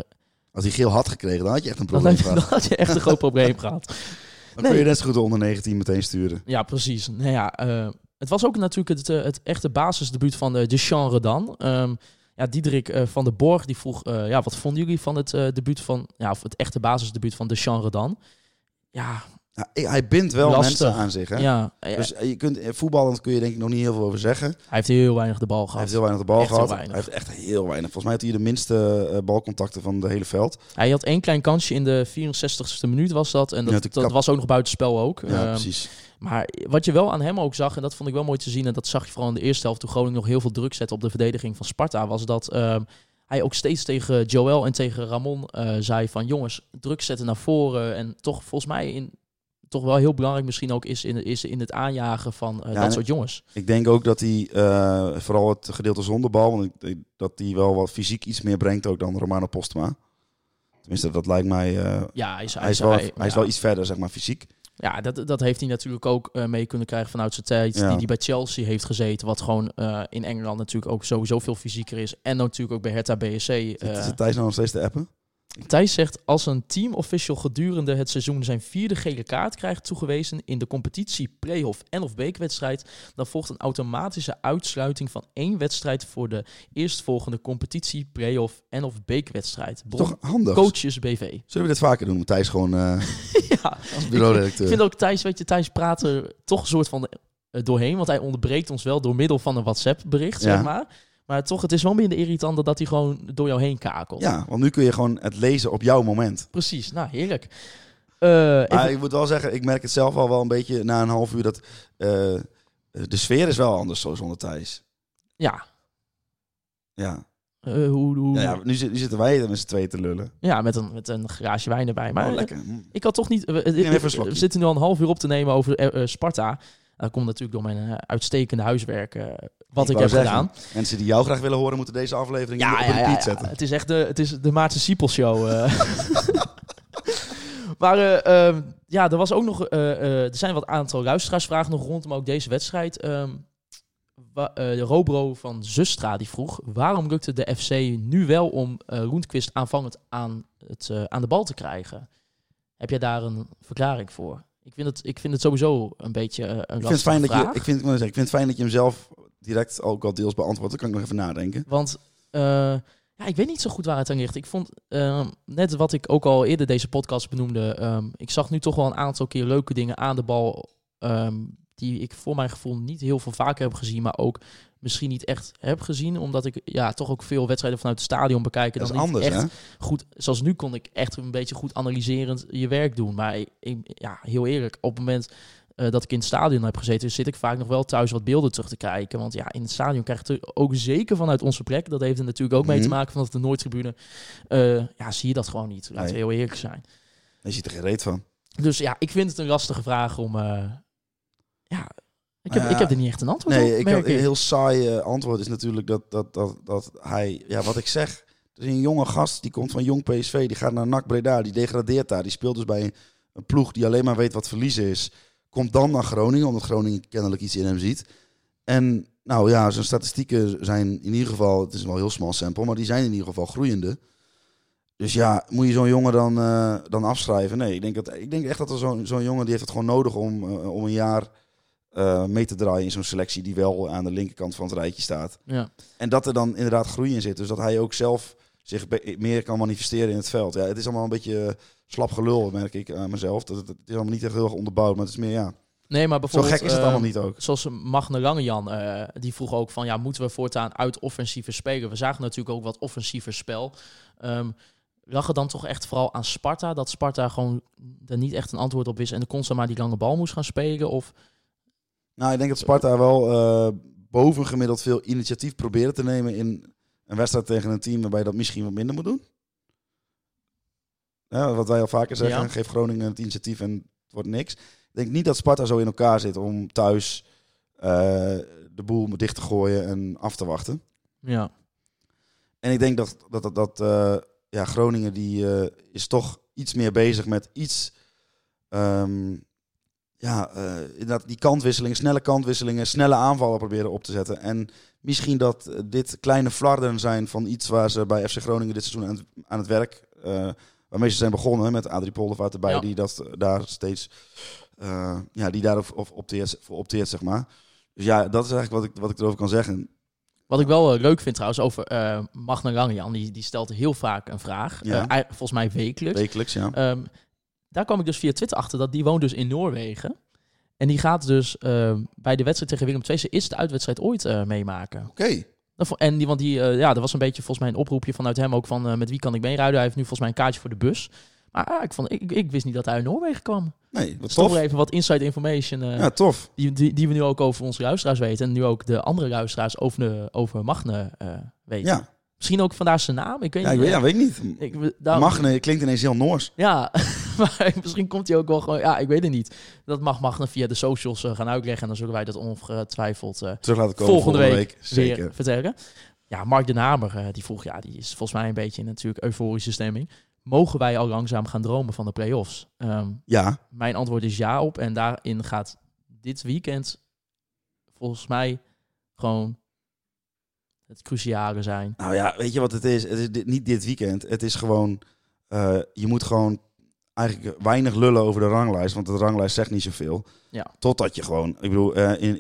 Als hij geel had gekregen, dan had je echt een Dan probleem gehad. had je echt een groot probleem gehad. Dan kun je net zo goed de onder 19 meteen sturen. Ja, precies. Nou ja, het was ook natuurlijk het echte basisdebuut van de Jean Redan. Diederik van der Borg die vroeg, wat vonden jullie van het debuut van, of het echte basisdebuut van de Jean Redan? Ja, hij bindt wel lastig. mensen aan zich. Hè? Ja, Dus voetballend kun je denk ik nog niet heel veel over zeggen. Hij heeft heel weinig de bal Hij gehad. heeft heel weinig de bal Echt heel gehad. weinig. Hij heeft echt heel weinig. Volgens mij had hij de minste balcontacten van het hele veld. Hij had 1 klein kansje in de 64ste minuut was dat. En dat Ja, was ook nog buitenspel ook. Ja, precies. Maar wat je wel aan hem ook zag, en dat vond ik wel mooi te zien, en dat zag je vooral in de eerste helft toen Groningen nog heel veel druk zette op de verdediging van Sparta, was dat hij ook steeds tegen Joel en tegen Ramon zei van jongens, druk zetten naar voren. En toch volgens mij toch wel heel belangrijk misschien ook is in het aanjagen van dat soort jongens. Ik denk ook dat hij vooral het gedeelte zonder bal, want dat hij wel wat fysiek iets meer brengt ook dan Romano Postma. Tenminste, dat lijkt mij... hij is wel iets verder, zeg maar, fysiek. Ja, dat heeft hij natuurlijk ook mee kunnen krijgen vanuit zijn tijd die hij bij Chelsea heeft gezeten. Wat gewoon in Engeland natuurlijk ook sowieso veel fysieker is. En natuurlijk ook bij Hertha BSC. Is het Thijs nou nog steeds te appen? Thijs zegt, als een teamofficial gedurende het seizoen zijn 4e gele kaart krijgt toegewezen in de competitie, pre-of en of bekerwedstrijd, dan volgt een automatische uitsluiting van 1 wedstrijd voor de eerstvolgende competitie, pre-of en of bekerwedstrijd. Toch handig. Coaches BV. Zullen we dit vaker doen? Thijs gewoon Ja, als bureaudirecteur. Ik vind ook Thijs praat er toch een soort van doorheen, want hij onderbreekt ons wel door middel van een WhatsApp-bericht, zeg maar. Maar toch, het is wel minder irritant dat hij gewoon door jou heen kakelt. Ja, want nu kun je gewoon het lezen op jouw moment. Precies, nou heerlijk. Ik moet wel zeggen, ik merk het zelf al wel een beetje na een half uur dat de sfeer is wel anders zo zonder Thijs. Ja. Ja. Nu zitten wij er met z'n tweeën te lullen. Ja, met een glaasje wijn erbij. Maar lekker. Ik had toch niet... We zitten nu al een half uur op te nemen over Sparta. Dat komt natuurlijk door mijn uitstekende huiswerk wat ik heb gedaan. Mensen die jou graag willen horen, moeten deze aflevering op de repeat zetten. Het is echt de Maarten Siepel show. Maar er was ook nog... er zijn wat aantal luisteraarsvragen nog rondom ook deze wedstrijd. De Robro van Zustra die vroeg, waarom lukte de FC nu wel om Roentquist aanvangend aan de bal te krijgen? Heb jij daar een verklaring voor? Ik vind het sowieso een beetje een lastige vraag. Ik vind het fijn dat je hem zelf direct ook al deels beantwoordt. Dan kan ik nog even nadenken. Want ik weet niet zo goed waar het aan ligt. Ik vond, net wat ik ook al eerder deze podcast benoemde, ik zag nu toch wel een aantal keer leuke dingen aan de bal, die ik voor mijn gevoel niet heel veel vaker heb gezien, maar ook misschien niet echt heb gezien, omdat ik toch ook veel wedstrijden vanuit het stadion bekijken. Dat is dan anders, niet echt hè? goed. Zoals nu kon ik echt een beetje goed analyserend je werk doen. Maar heel eerlijk, op het moment dat ik in het stadion heb gezeten, zit ik vaak nog wel thuis wat beelden terug te kijken. Want in het stadion krijg je het ook zeker vanuit onze plek. Dat heeft er natuurlijk ook mee te maken vanaf de Noordtribune. Zie je dat gewoon niet. Laten we heel eerlijk zijn. Je ziet er geen reet van. Dus ik vind het een lastige vraag om... Ik heb er niet echt een antwoord op. Nee, een heel saai antwoord is natuurlijk dat hij... Ja, wat ik zeg. Er is een jonge gast, die komt van Jong PSV. Die gaat naar NAC Breda, die degradeert daar. Die speelt dus bij een ploeg die alleen maar weet wat verliezen is. Komt dan naar Groningen, omdat Groningen kennelijk iets in hem ziet. En zijn statistieken zijn in ieder geval... Het is wel een heel small sample, maar die zijn in ieder geval groeiende. Dus moet je zo'n jongen dan afschrijven? Nee, ik denk echt dat er zo'n jongen... die heeft het gewoon nodig om een jaar... mee te draaien in zo'n selectie die wel aan de linkerkant van het rijtje staat. Ja. En dat er dan inderdaad groei in zit. Dus dat hij ook zelf zich meer kan manifesteren in het veld. Ja, het is allemaal een beetje slap gelul, merk ik aan mezelf. Het is allemaal niet echt heel erg onderbouwd, maar het is meer Nee, maar bijvoorbeeld, zo gek is het allemaal niet ook. Zoals Magne Langejan, die vroeg ook van... moeten we voortaan uit offensiever spelen? We zagen natuurlijk ook wat offensiever spel. Lag het dan toch echt vooral aan Sparta? Dat Sparta gewoon er niet echt een antwoord op wist... en de constant maar die lange bal moest gaan spelen? Of... Nou, ik denk dat Sparta wel bovengemiddeld veel initiatief probeerde te nemen in een wedstrijd tegen een team waarbij dat misschien wat minder moet doen. Ja, wat wij al vaker zeggen, geef Groningen het initiatief en het wordt niks. Ik denk niet dat Sparta zo in elkaar zit om thuis de boel dicht te gooien en af te wachten. Ja. En ik denk dat Groningen die is toch iets meer bezig met iets... inderdaad die kantwisselingen, snelle kantwisselingen, snelle aanvallen proberen op te zetten. En misschien dat dit kleine flarden zijn van iets waar ze bij FC Groningen dit seizoen aan het werk waarmee ze zijn begonnen met Adrie Poldervaart erbij, Ja. die dat daar steeds die daarop opteert, zeg maar. Dus ja, dat is eigenlijk wat ik erover kan zeggen. Wat ik wel leuk vind trouwens over Magna Langejan, die stelt heel vaak een vraag. Ja. Volgens mij wekelijks. Wekelijks, ja. Daar kwam ik dus via Twitter achter dat die woont dus in Noorwegen. En die gaat dus bij de wedstrijd tegen Willem II zijn eerste uitwedstrijd ooit meemaken. Oké. En er was een beetje volgens mij een oproepje vanuit hem ook van met wie kan ik meerijden. Hij heeft nu volgens mij een kaartje voor de bus. Maar ik wist niet dat hij uit Noorwegen kwam. Nee, wat Dus toch tof. weer even wat inside information Ja, tof. die we nu ook over onze luisteraars weten. En nu ook de andere luisteraars over Magne weten. Ja, Misschien ook vandaar zijn naam. Ik weet niet. weet ik niet. Magne klinkt ineens heel Noors. Ja, maar misschien komt hij ook wel gewoon... Ja, ik weet het niet. Dat mag Magne via de socials gaan uitleggen. En dan zullen wij dat ongetwijfeld Terug laten komen volgende week Zeker. weer vertellen. Ja, Mark den Hamer, die vroeg... Ja, die is volgens mij een beetje in natuurlijk euforische stemming. Mogen wij al langzaam gaan dromen van de play-offs? Ja, Mijn antwoord is ja op. En daarin gaat dit weekend volgens mij gewoon het cruciale zijn. nou ja, weet je wat het is? Het is niet dit weekend. Het is gewoon... je moet gewoon eigenlijk weinig lullen over de ranglijst. Want de ranglijst zegt niet zoveel. Ja. Totdat je gewoon... Ik bedoel,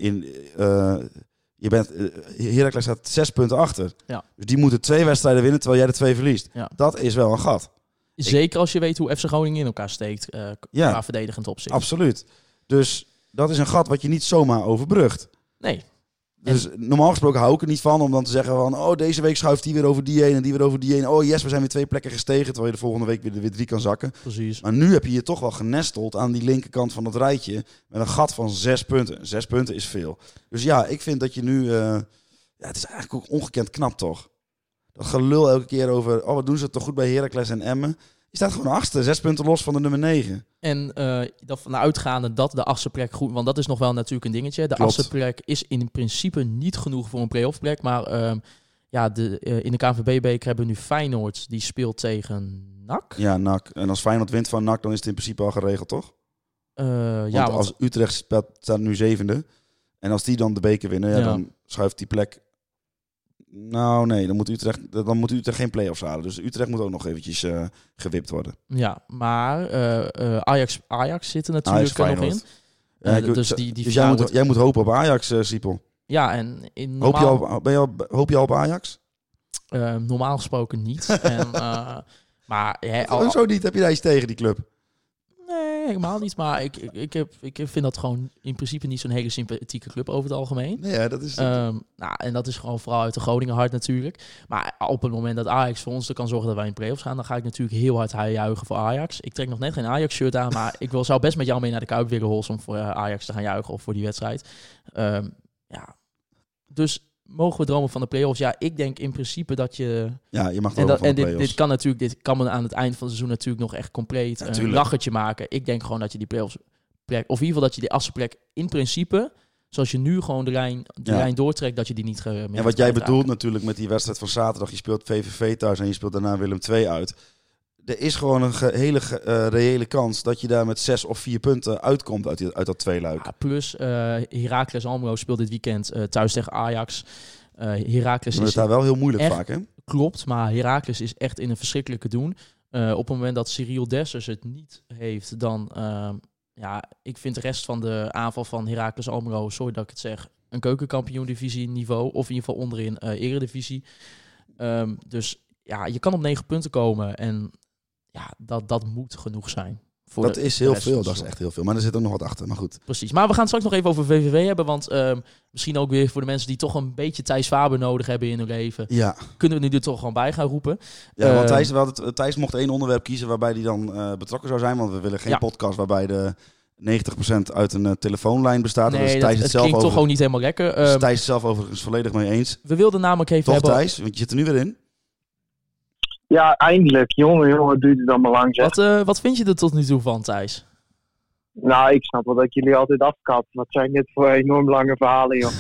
Heracles staat 6 punten achter. Ja. Dus die moeten 2 wedstrijden winnen, terwijl jij de 2 verliest. Ja. Dat is wel een gat. Zeker als je weet hoe FC Groningen in elkaar steekt qua verdedigend opzicht. Absoluut. Dus dat is een gat wat je niet zomaar overbrugt. Nee. Dus normaal gesproken hou ik er niet van om dan te zeggen van... oh, deze week schuift die weer over die een en die weer over die een. Oh yes, we zijn weer 2 plekken gestegen, terwijl je de volgende week weer 3 kan zakken. Precies. Maar nu heb je je toch wel genesteld aan die linkerkant van het rijtje met een gat van 6 punten. 6 punten is veel. Dus ja, ik vind dat je nu... het is eigenlijk ook ongekend knap, toch? Dat gelul elke keer over... oh, wat doen ze toch goed bij Heracles en Emmen? Je staat gewoon 8e, 6 punten los van de nummer 9. En dat van uitgaande dat de 8e plek goed... Want dat is nog wel natuurlijk een dingetje. De Klopt. 8e plek is in principe niet genoeg voor een play-off plek. Maar in de KNVB-beker hebben we nu Feyenoord. Die speelt tegen NAC. Ja, NAC. En als Feyenoord wint van NAC, dan is het in principe al geregeld, toch? Want Want als Utrecht speelt, staat nu 7e. En als die dan de beker winnen, dan schuift die plek... Nou nee, dan moet Utrecht geen play-offs halen. Dus Utrecht moet ook nog eventjes gewipt worden. Ja, maar Ajax zit er natuurlijk nog in. Dus jij moet hopen op Ajax, Siepel. Ja, en in Hoop je al op Ajax? normaal gesproken niet. Maar Hoezo niet? Heb je daar iets tegen, die club? Nee, helemaal niet. Maar ik vind dat gewoon in principe niet zo'n hele sympathieke club over het algemeen. Nee, ja, dat is... En dat is gewoon vooral uit de Groningen hart natuurlijk. Maar op het moment dat Ajax voor ons er kan zorgen dat wij in play-offs gaan, dan ga ik natuurlijk heel hard juichen voor Ajax. Ik trek nog net geen Ajax-shirt aan, maar ik zou best met jou mee naar de Kuip willen holsen om voor Ajax te gaan juichen of voor die wedstrijd. Dus mogen we dromen van de play-offs? Ja, ik denk in principe dat je... Ja, je mag dromen van de play-offs. Dit kan aan het eind van het seizoen natuurlijk nog echt compleet een lachertje maken. Ik denk gewoon dat je die play-offs plek, of in ieder geval dat je die afsplek in principe, zoals je nu gewoon de lijn doortrekt, dat je die niet meer... En wat jij bedoelt natuurlijk met die wedstrijd van zaterdag, je speelt VVV thuis en je speelt daarna Willem II uit. Er is gewoon een hele reële kans dat je daar met 6 of 4 punten uitkomt uit dat tweeluik. Ja, plus Heracles Almelo speelt dit weekend thuis tegen Ajax. Heracles is daar wel heel moeilijk echt, vaak, hè? Klopt, maar Heracles is echt in een verschrikkelijke doen. Op het moment dat Cyril Dessers het niet heeft, dan... ik vind de rest van de aanval van Heracles Almelo, sorry dat ik het zeg, een keukenkampioen-divisie niveau, of in ieder geval onderin eredivisie. Dus ja, je kan op 9 punten komen en ja, dat moet genoeg zijn. Dat is heel veel, dat is echt heel veel. Maar er zit er nog wat achter, maar goed. Precies, maar we gaan het straks nog even over VVV hebben, want misschien ook weer voor de mensen die toch een beetje Thijs Faber nodig hebben in hun leven, kunnen we nu er toch gewoon bij gaan roepen. Ja, want Thijs mocht 1 onderwerp kiezen waarbij hij dan betrokken zou zijn, want we willen geen podcast waarbij de 90% uit een telefoonlijn bestaat. Nee, dat klinkt toch gewoon niet helemaal lekker. Thijs is zelf overigens volledig mee eens. We wilden namelijk even hebben... Thijs, want je zit er nu weer in. Ja, eindelijk. Jongen, het duurt het allemaal lang. Wat vind je er tot nu toe van, Thijs? Nou, ik snap wel dat jullie altijd afkappen. Wat zijn dit voor enorm lange verhalen, joh.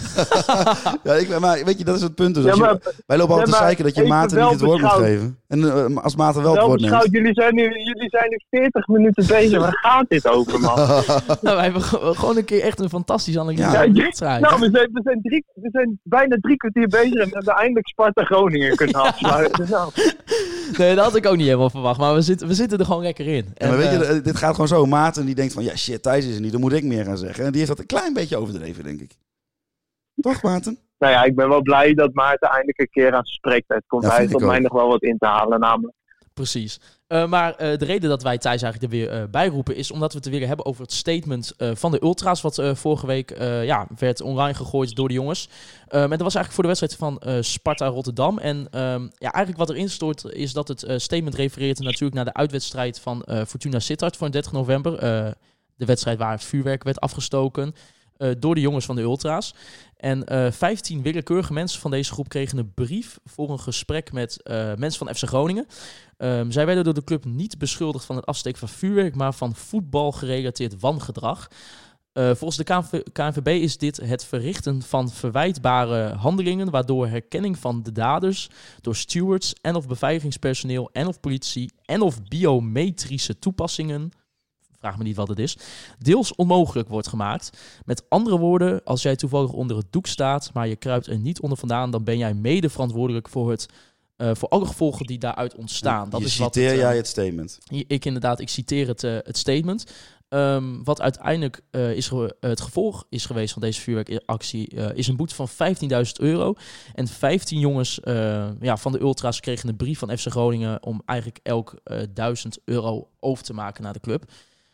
Maar weet je, dat is het punt. Dus Ja, maar- wij lopen altijd te zeiken dat je even Maarten wel niet het woord moet beschouwd. geven. En als Maarten wel het Wel woord neemt. beschouwd, jullie zijn nu 40 minuten bezig. Waar gaat dit over, man? Nou, wij hebben gewoon een keer echt een fantastische analyse Ja. van de wedstrijd. Nou, we zijn bijna 3 kwartier bezig en we hebben eindelijk Sparta Groningen kunnen afsluiten. Nou, Nee, dat had ik ook niet helemaal verwacht. Maar we zitten er gewoon lekker in. Ja, maar weet je, dit gaat gewoon zo. Maarten die denkt van, ja shit, Thijs is er niet, dan moet ik meer gaan zeggen. En die heeft dat een klein beetje overdreven, denk ik. Toch, Maarten? nou ja, ik ben wel blij dat Maarten eindelijk een keer aan zijn spreektijd komt. Ja, Hij vind heeft ik op mij ook. nog wel wat in te halen, namelijk. Precies. Maar de reden dat wij Thijs eigenlijk er weer bij roepen is omdat we het weer hebben over het statement van de Ultra's, wat vorige week werd online gegooid door de jongens. En dat was eigenlijk voor de wedstrijd van Sparta Rotterdam. En eigenlijk wat erin stort is dat het statement refereert natuurlijk naar de uitwedstrijd van Fortuna Sittard van 30 november. De wedstrijd waar vuurwerk werd afgestoken door de jongens van de Ultra's. En 15 willekeurige mensen van deze groep kregen een brief voor een gesprek met mensen van FC Groningen. Zij werden door de club niet beschuldigd van het afsteken van vuurwerk, maar van voetbalgerelateerd wangedrag. Volgens de KNVB is dit het verrichten van verwijtbare handelingen, waardoor herkenning van de daders door stewards en of beveiligingspersoneel en of politie en of biometrische toepassingen, vraag me niet wat het is, deels onmogelijk wordt gemaakt. Met andere woorden, als jij toevallig onder het doek staat, maar je kruipt er niet onder vandaan, dan ben jij mede verantwoordelijk voor voor alle gevolgen die daaruit ontstaan. Dat is wat Citeer jij het statement? Ik citeer het statement. Wat uiteindelijk het gevolg is geweest van deze vuurwerkactie is een boete van €15.000. En 15 jongens van de Ultra's kregen een brief van FC Groningen om eigenlijk elk €1.000 over te maken naar de club.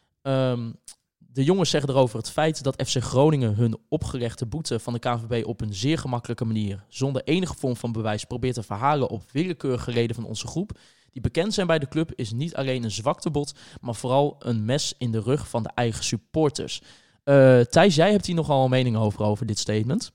De jongens zeggen erover het feit dat FC Groningen hun opgelegde boete van de KNVB op een zeer gemakkelijke manier, zonder enige vorm van bewijs, probeert te verhalen op willekeurige leden van onze groep, die bekend zijn bij de club, is niet alleen een zwaktebod, maar vooral een mes in de rug van de eigen supporters. Thijs, jij hebt hier nogal een mening over dit statement.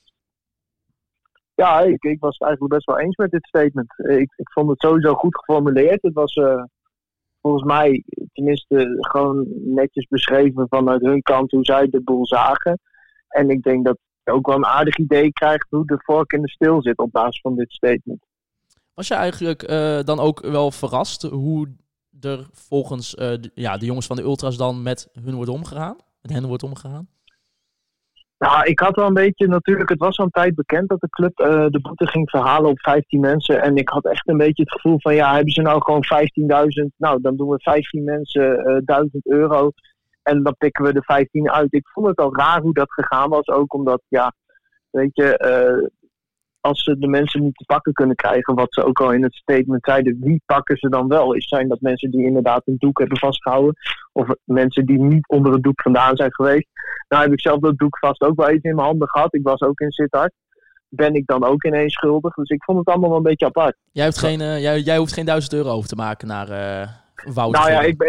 Ja, ik was het eigenlijk best wel eens met dit statement. Ik vond het sowieso goed geformuleerd. Het was volgens mij tenminste gewoon netjes beschreven vanuit hun kant hoe zij de boel zagen. En ik denk dat je ook wel een aardig idee krijgt hoe de vork in de steel zit op basis van dit statement. Was je eigenlijk dan ook wel verrast hoe er volgens de jongens van de Ultra's dan met hen wordt omgegaan? Nou, ik had wel een beetje natuurlijk, het was al een tijd bekend dat de club de boete ging verhalen op 15 mensen. En ik had echt een beetje het gevoel van, ja, hebben ze nou gewoon 15.000? Nou, dan doen we 15 mensen €1.000 en dan pikken we de 15 uit. Ik vond het al raar hoe dat gegaan was, ook omdat, ja, weet je, als ze de mensen niet te pakken kunnen krijgen, wat ze ook al in het statement zeiden, wie pakken ze dan wel? Zijn dat mensen die inderdaad een doek hebben vastgehouden? Of mensen die niet onder het doek vandaan zijn geweest? Nou heb ik zelf dat doek vast ook wel even in mijn handen gehad. Ik was ook in Sittard. Ben ik dan ook ineens schuldig? Dus ik vond het allemaal wel een beetje apart. Jij hoeft geen €1.000 over te maken naar Wouter. Nou ja,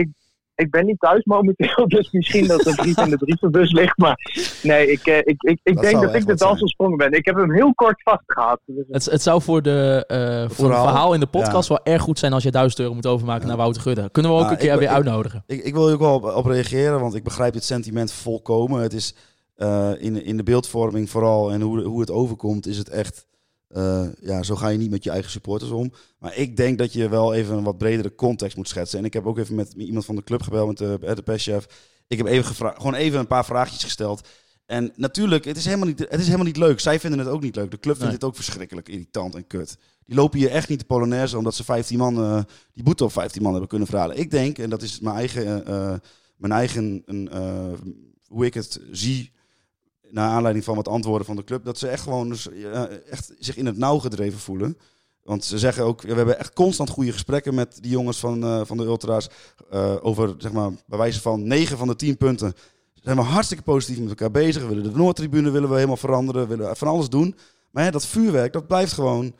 ik ben niet thuis momenteel, dus misschien dat de brief in de brievenbus ligt. Maar nee, ik denk dat ik de dans gesprongen ben. Ik heb hem heel kort vastgehad. Dus Het zou voor het verhaal in de podcast wel erg goed zijn als je €1.000 moet overmaken naar Wouter Gudde. Kunnen we ook een keer weer uitnodigen. Ik wil je ook wel op reageren, want ik begrijp dit sentiment volkomen. Het is in de beeldvorming vooral en hoe het overkomt, is het echt... zo ga je niet met je eigen supporters om. Maar ik denk dat je wel even een wat bredere context moet schetsen. En ik heb ook even met iemand van de club gebeld, met de perschef. Ik heb gewoon even een paar vraagjes gesteld. En natuurlijk, het is helemaal niet leuk. Zij vinden het ook niet leuk. De club vindt het ook verschrikkelijk irritant en kut. Die lopen hier echt niet de Polonaise omdat ze 15 man die boete op 15 man hebben kunnen verhalen. Ik denk, en dat is mijn eigen hoe ik het zie, naar aanleiding van wat antwoorden van de club, dat ze echt gewoon echt zich in het nauw gedreven voelen. Want ze zeggen ook, we hebben echt constant goede gesprekken met die jongens van de Ultra's over, zeg maar, bij wijze van 9 van de 10 punten zijn we hartstikke positief met elkaar bezig. We willen de Noordtribune helemaal veranderen, we willen van alles doen. Maar dat vuurwerk, dat blijft gewoon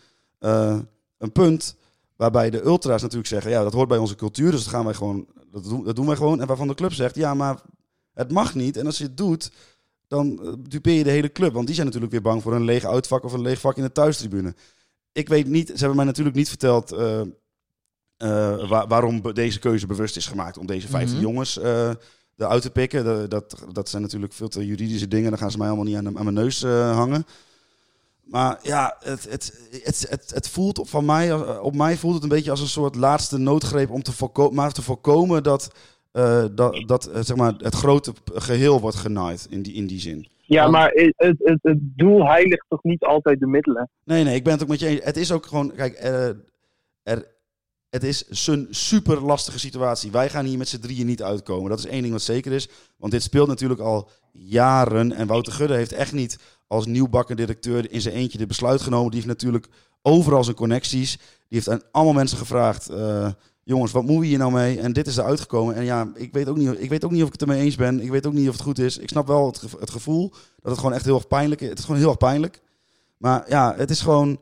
een punt waarbij de Ultra's natuurlijk zeggen, ja, dat hoort bij onze cultuur, dus dat doen wij gewoon. En waarvan de club zegt, ja, maar het mag niet. En als je het doet, dan dupeer je de hele club. Want die zijn natuurlijk weer bang voor een leeg uitvak of een leeg vak in de thuistribune. Ik weet niet, ze hebben mij natuurlijk niet verteld waarom deze keuze bewust is gemaakt om deze 15 jongens uit te pikken. Dat zijn natuurlijk veel te juridische dingen. Dan gaan ze mij allemaal niet aan mijn neus hangen. Maar ja, het voelt op mij voelt het een beetje als een soort laatste noodgreep om te voorkomen dat zeg maar het grote geheel wordt genaaid in die zin. Ja, maar het doel heiligt toch niet altijd de middelen? Nee, ik ben het ook met je eens. Het is ook gewoon, kijk, het is een super lastige situatie. Wij gaan hier met z'n drieën niet uitkomen. Dat is één ding wat zeker is. Want dit speelt natuurlijk al jaren. En Wouter Gudde heeft echt niet als nieuwbakken directeur in zijn eentje dit besluit genomen. Die heeft natuurlijk overal zijn connecties. Die heeft aan allemaal mensen gevraagd. Jongens, wat moeten we hier nou mee? En dit is eruit gekomen. En ja, ik weet ook niet of ik het ermee eens ben. Ik weet ook niet of het goed is. Ik snap wel het gevoel dat het gewoon echt heel erg pijnlijk is. Het is gewoon heel erg pijnlijk. Maar ja, het is gewoon...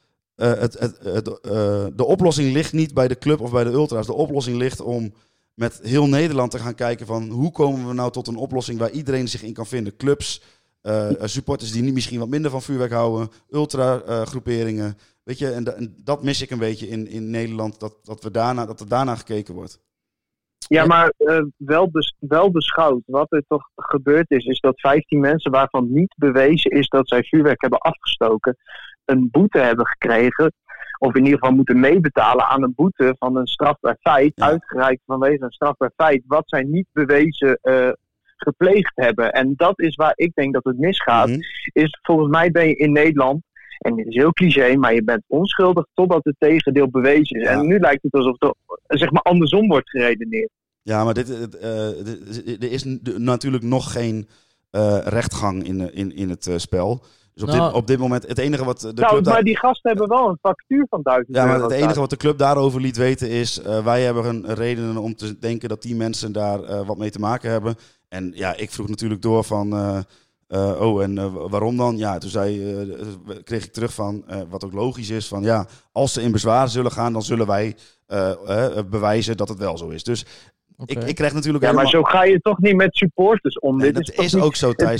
de oplossing ligt niet bij de club of bij de ultras. De oplossing ligt om met heel Nederland te gaan kijken van hoe komen we nou tot een oplossing waar iedereen zich in kan vinden. Clubs, supporters die misschien wat minder van vuurwerk houden, ultra-groeperingen. Weet je, en dat mis ik een beetje in Nederland, dat er daarna gekeken wordt. Ja, maar wel beschouwd. Wat er toch gebeurd is dat 15 mensen waarvan niet bewezen is dat zij vuurwerk hebben afgestoken, een boete hebben gekregen, of in ieder geval moeten meebetalen aan een boete van een strafbaar feit, uitgereikt vanwege een strafbaar feit, wat zij niet bewezen gepleegd hebben. En dat is waar ik denk dat het misgaat. Is volgens mij ben je in Nederland, en dit is heel cliché, maar je bent onschuldig totdat het tegendeel bewezen is. Ja. En nu lijkt het alsof er zeg maar andersom wordt geredeneerd. Ja, maar er is natuurlijk nog geen rechtgang in het spel. Dus op dit moment, het enige wat de club... Maar die gasten hebben wel een factuur van 1000 euro. Ja, maar het enige wat de club daarover liet weten is... wij hebben een redenen om te denken dat die mensen daar wat mee te maken hebben. En ja, ik vroeg natuurlijk door van... waarom dan? Ja, toen kreeg ik terug van, wat ook logisch is, van ja, als ze in bezwaar zullen gaan, dan zullen wij bewijzen dat het wel zo is. Dus ik krijg natuurlijk helemaal... maar zo ga je toch niet met supporters om. Nee, dit is ook zo, Thijs.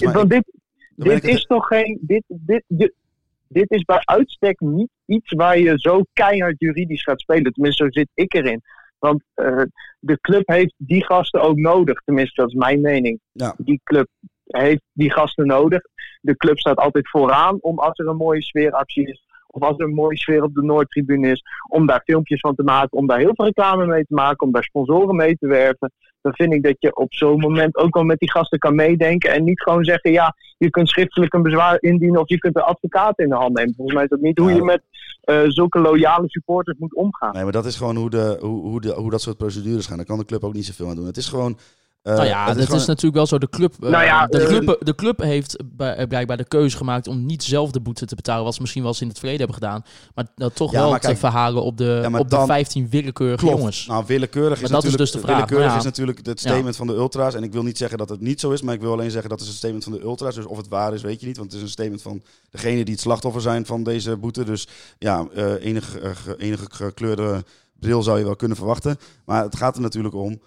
Dit is bij uitstek niet iets waar je zo keihard juridisch gaat spelen. Tenminste, zo zit ik erin. Want de club heeft die gasten ook nodig. Tenminste, dat is mijn mening. Ja. Die club heeft die gasten nodig. De club staat altijd vooraan om als er een mooie sfeeractie is, of als er een mooie sfeer op de Noordtribune is, om daar filmpjes van te maken, om daar heel veel reclame mee te maken, om daar sponsoren mee te werven. Dan vind ik dat je op zo'n moment ook wel met die gasten kan meedenken en niet gewoon zeggen, ja, je kunt schriftelijk een bezwaar indienen of je kunt een advocaat in de hand nemen. Volgens mij is dat niet hoe je met zulke loyale supporters moet omgaan. Nee, maar dat is gewoon hoe dat soort procedures gaan. Daar kan de club ook niet zoveel aan doen. Het is gewoon... het is natuurlijk wel zo. De club heeft blijkbaar de keuze gemaakt om niet zelf de boete te betalen, wat ze misschien wel eens in het verleden hebben gedaan. Maar dat toch te verhalen op de 15 willekeurige jongens. Nou, willekeurig is natuurlijk het statement van de ultras. En ik wil niet zeggen dat het niet zo is, maar ik wil alleen zeggen dat het een statement van de ultras. Dus of het waar is, weet je niet. Want het is een statement van degene die het slachtoffer zijn van deze boete. Dus ja, enige gekleurde bril zou je wel kunnen verwachten. Maar het gaat er natuurlijk om...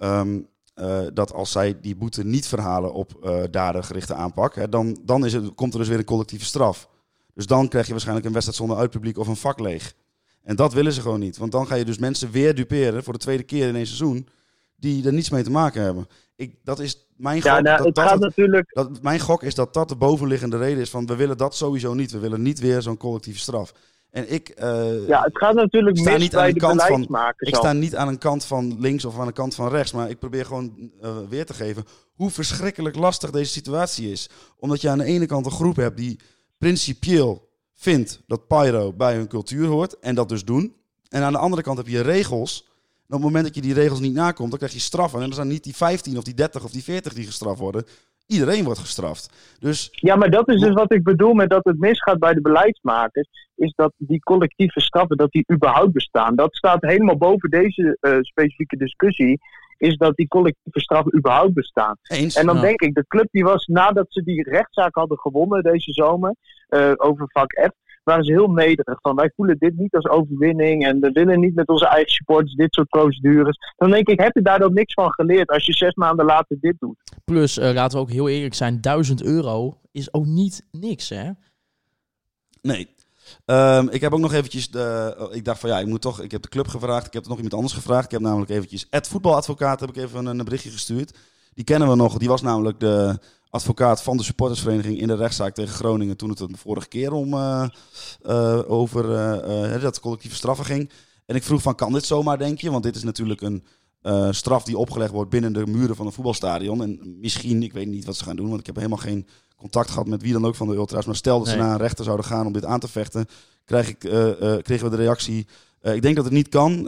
dat als zij die boete niet verhalen op dadengerichte aanpak, dan komt er dus weer een collectieve straf. Dus dan krijg je waarschijnlijk een wedstrijd zonder uitpubliek of een vak leeg. En dat willen ze gewoon niet. Want dan ga je dus mensen weer duperen voor de tweede keer in een seizoen die er niets mee te maken hebben. Dat is mijn gok. Mijn gok is dat de bovenliggende reden is van we willen dat sowieso niet. We willen niet weer zo'n collectieve straf. En het gaat natuurlijk mis bij de beleidsmakers. Ik sta niet aan een kant van links of aan een kant van rechts. Maar ik probeer gewoon weer te geven hoe verschrikkelijk lastig deze situatie is. Omdat je aan de ene kant een groep hebt die principieel vindt dat pyro bij hun cultuur hoort. En dat dus doen. En aan de andere kant heb je regels. En op het moment dat je die regels niet nakomt, dan krijg je straffen. En dan zijn niet die 15 of die 30 of die 40 die gestraft worden. Iedereen wordt gestraft. Dus... Ja, maar dat is dus wat ik bedoel met dat het misgaat bij de beleidsmakers. Is dat die collectieve straffen, dat die überhaupt bestaan. Dat staat helemaal boven deze specifieke discussie. Is dat die collectieve straffen überhaupt bestaan. Eens, en dan denk ik, de club die was nadat ze die rechtszaak hadden gewonnen deze zomer. Over vak F. Waren ze heel nederig van wij voelen dit niet als overwinning en we willen niet met onze eigen supporters dit soort procedures. Dan denk ik, heb je daar dan niks van geleerd als je 6 maanden later dit doet? Plus, laten we ook heel eerlijk zijn, €1000 is ook niet niks, hè? Nee. Ik heb ook nog eventjes, ik dacht van ik heb de club gevraagd, ik heb nog iemand anders gevraagd. Ik heb namelijk eventjes @voetbaladvocaat heb ik even een berichtje gestuurd. Die kennen we nog. Die was namelijk de advocaat van de supportersvereniging in de rechtszaak tegen Groningen toen het de vorige keer om over dat collectieve straffen ging. En ik vroeg van, kan dit zomaar, denk je? Want dit is natuurlijk een straf die opgelegd wordt binnen de muren van een voetbalstadion. En misschien, ik weet niet wat ze gaan doen, want ik heb helemaal geen contact gehad met wie dan ook van de ultra's. Maar stel dat ze naar een rechter zouden gaan om dit aan te vechten, kregen we de reactie, ik denk dat het niet kan.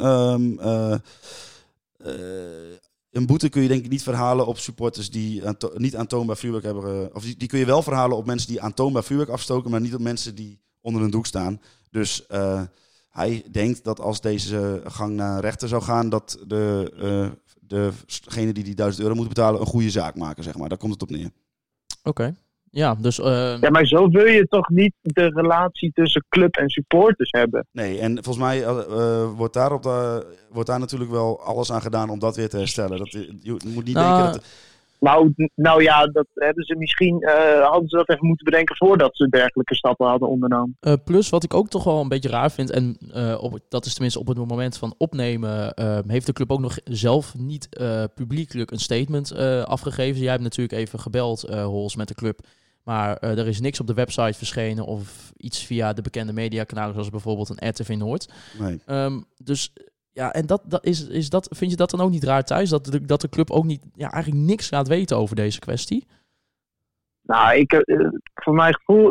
Een boete kun je denk ik niet verhalen op supporters die niet aantoonbaar vuurwerk hebben. Of die kun je wel verhalen op mensen die aantoonbaar vuurwerk afstoken, maar niet op mensen die onder een doek staan. Dus hij denkt dat als deze gang naar rechter zou gaan, dat degene die €1000 moet betalen een goede zaak maken, zeg maar. Daar komt het op neer. Oké. Ja, dus... Ja, maar zo wil je toch niet de relatie tussen club en supporters hebben? Nee, en volgens mij wordt daar natuurlijk wel alles aan gedaan om dat weer te herstellen. Je moet niet denken dat... Nou ja, dat hebben ze misschien hadden ze dat even moeten bedenken voordat ze dergelijke stappen hadden ondernomen. Plus, wat ik ook toch wel een beetje raar vind, en dat is tenminste op het moment van opnemen, heeft de club ook nog zelf niet publiekelijk een statement afgegeven. Jij hebt natuurlijk even gebeld, Hols, met de club. Maar er is niks op de website verschenen of iets via de bekende mediakanalen, zoals bijvoorbeeld een RTV Noord. Nee. Dus ja, en vind je dat dan ook niet raar, Thijs? Dat de club ook niet, eigenlijk niks gaat weten over deze kwestie? Nou, voor mijn gevoel,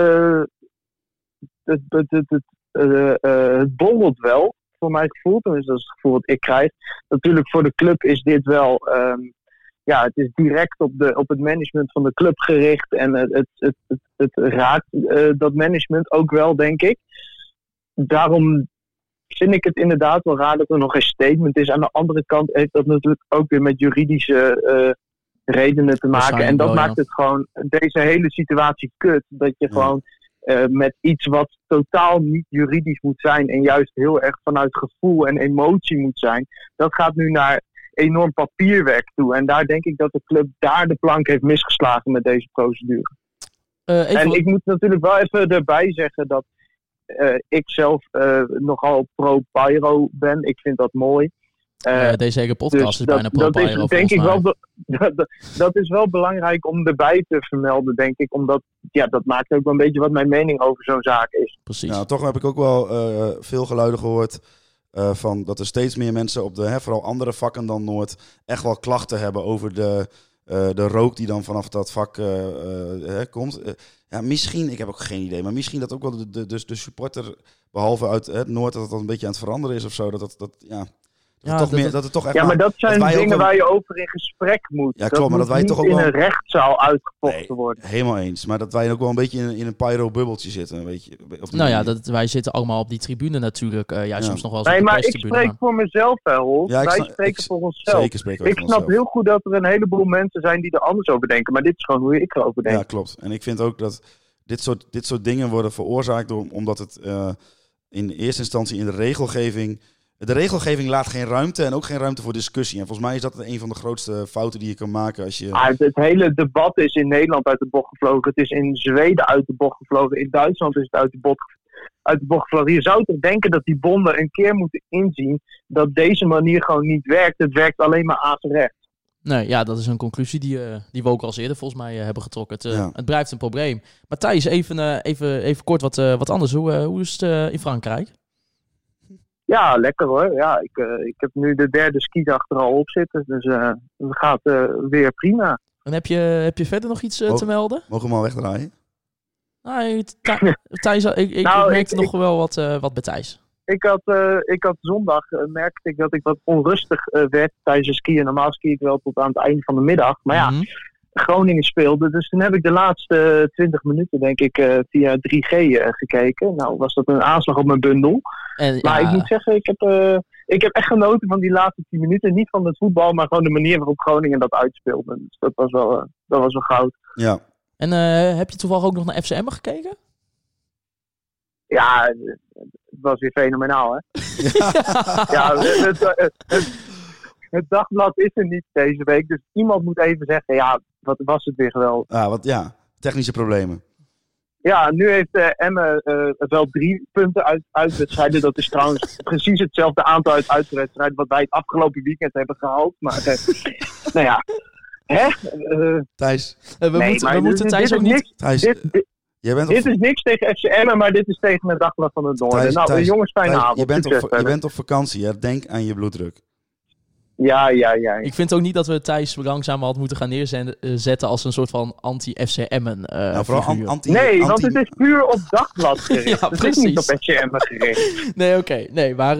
het borrelt wel. Voor mijn gevoel, tenminste dat is het gevoel wat ik krijg. Natuurlijk voor de club is dit wel... het is direct op het management van de club gericht. En het raakt dat management ook wel, denk ik. Daarom vind ik het inderdaad wel raar dat er nog geen statement is. Aan de andere kant heeft dat natuurlijk ook weer met juridische redenen te maken. En dat maakt het gewoon, deze hele situatie kut. Dat je gewoon met iets wat totaal niet juridisch moet zijn en juist heel erg vanuit gevoel en emotie moet zijn. Dat gaat nu naar enorm papierwerk toe. En daar denk ik dat de club daar de plank heeft misgeslagen met deze procedure. En ik moet natuurlijk wel even erbij zeggen dat ik zelf nogal pro-pyro ben. Ik vind dat mooi. Deze hele podcast dus is bijna pro-pyro. Dat is wel belangrijk om erbij te vermelden, denk ik. Omdat dat maakt ook wel een beetje wat mijn mening over zo'n zaak is. Precies. Nou, toch heb ik ook wel veel geluiden gehoord van dat er steeds meer mensen op vooral andere vakken dan Noord echt wel klachten hebben over de rook die dan vanaf dat vak komt. Misschien, ik heb ook geen idee, maar misschien dat ook wel de supporter, behalve uit Noord, dat het een beetje aan het veranderen is of zo. Maar dat zijn dingen waar je over in gesprek moet. Ja, klopt, maar dat wij niet toch ook in wel een rechtszaal uitgevochten worden. Helemaal eens, maar dat wij ook wel een beetje in een pyro-bubbeltje zitten, weet je. Wij zitten allemaal op die tribune natuurlijk. Soms nog wel eens nee, op de maar ik perstribune. spreek voor mezelf wel. Ja, wij spreken voor onszelf. Ik snap heel goed dat er een heleboel mensen zijn die er anders over denken. Maar dit is gewoon hoe ik erover denk. Ja, klopt. En ik vind ook dat dit soort dingen worden veroorzaakt omdat het in eerste instantie in de regelgeving... De regelgeving laat geen ruimte en ook geen ruimte voor discussie. En volgens mij is dat een van de grootste fouten die je kan maken als je... Het hele debat is in Nederland uit de bocht gevlogen. Het is in Zweden uit de bocht gevlogen. In Duitsland is het uit de bocht gevlogen. Je zou toch denken dat die bonden een keer moeten inzien dat deze manier gewoon niet werkt. Het werkt alleen maar averechts. Nee, dat is een conclusie die we ook al eerder volgens mij hebben getrokken. Het blijft een probleem. Maar Thijs, even kort wat anders. Hoe is het in Frankrijk? Ja, lekker hoor. Ja, ik heb nu de derde skidag er al op zitten. Dus het gaat weer prima. En heb je verder nog iets te melden? Mogen we hem al wegdraaien? Nee, Thijs, ik merkte nog wel wat bij Thijs. Ik had zondag, merkte ik dat ik wat onrustig werd tijdens het skiën. Normaal ski ik wel tot aan het einde van de middag. Maar Groningen speelde. Dus toen heb ik de laatste 20 minuten, denk ik, via 3G gekeken. Nou, was dat een aanslag op mijn bundel. Maar ik moet zeggen, ik heb echt genoten van die laatste 10 minuten. Niet van het voetbal, maar gewoon de manier waarop Groningen dat uitspeelde. Dus dat was wel goud. Ja. En heb je toevallig ook nog naar FCM gekeken? Ja, het was weer fenomenaal, hè? Het dagblad is er niet deze week. Dus iemand moet even zeggen, wat was het weer geweldig. Technische problemen. Ja, nu heeft Emmen wel 3 punten uit wedstrijden. Dat is trouwens precies hetzelfde aantal uit uitwedstrijden wat wij het afgelopen weekend hebben gehaald. Maar Hè? Thijs, We moeten Thijs ook niet... Thijs, jij bent Dit is niks tegen FC Emmen, maar dit is tegen het Dagblad van het Noorden. Thijs, jongens, fijne Thijs, avond. je bent op vakantie, hè? Denk aan je bloeddruk. Ja. Ik vind ook niet dat we Thijs langzamerhand moeten gaan neerzetten als een soort van anti-FC Emmen Vooral figuur. Nee, want het is puur op Dagblad gericht. Ja, het precies. is niet op FC Emmen gericht. Nee, oké. Nee, maar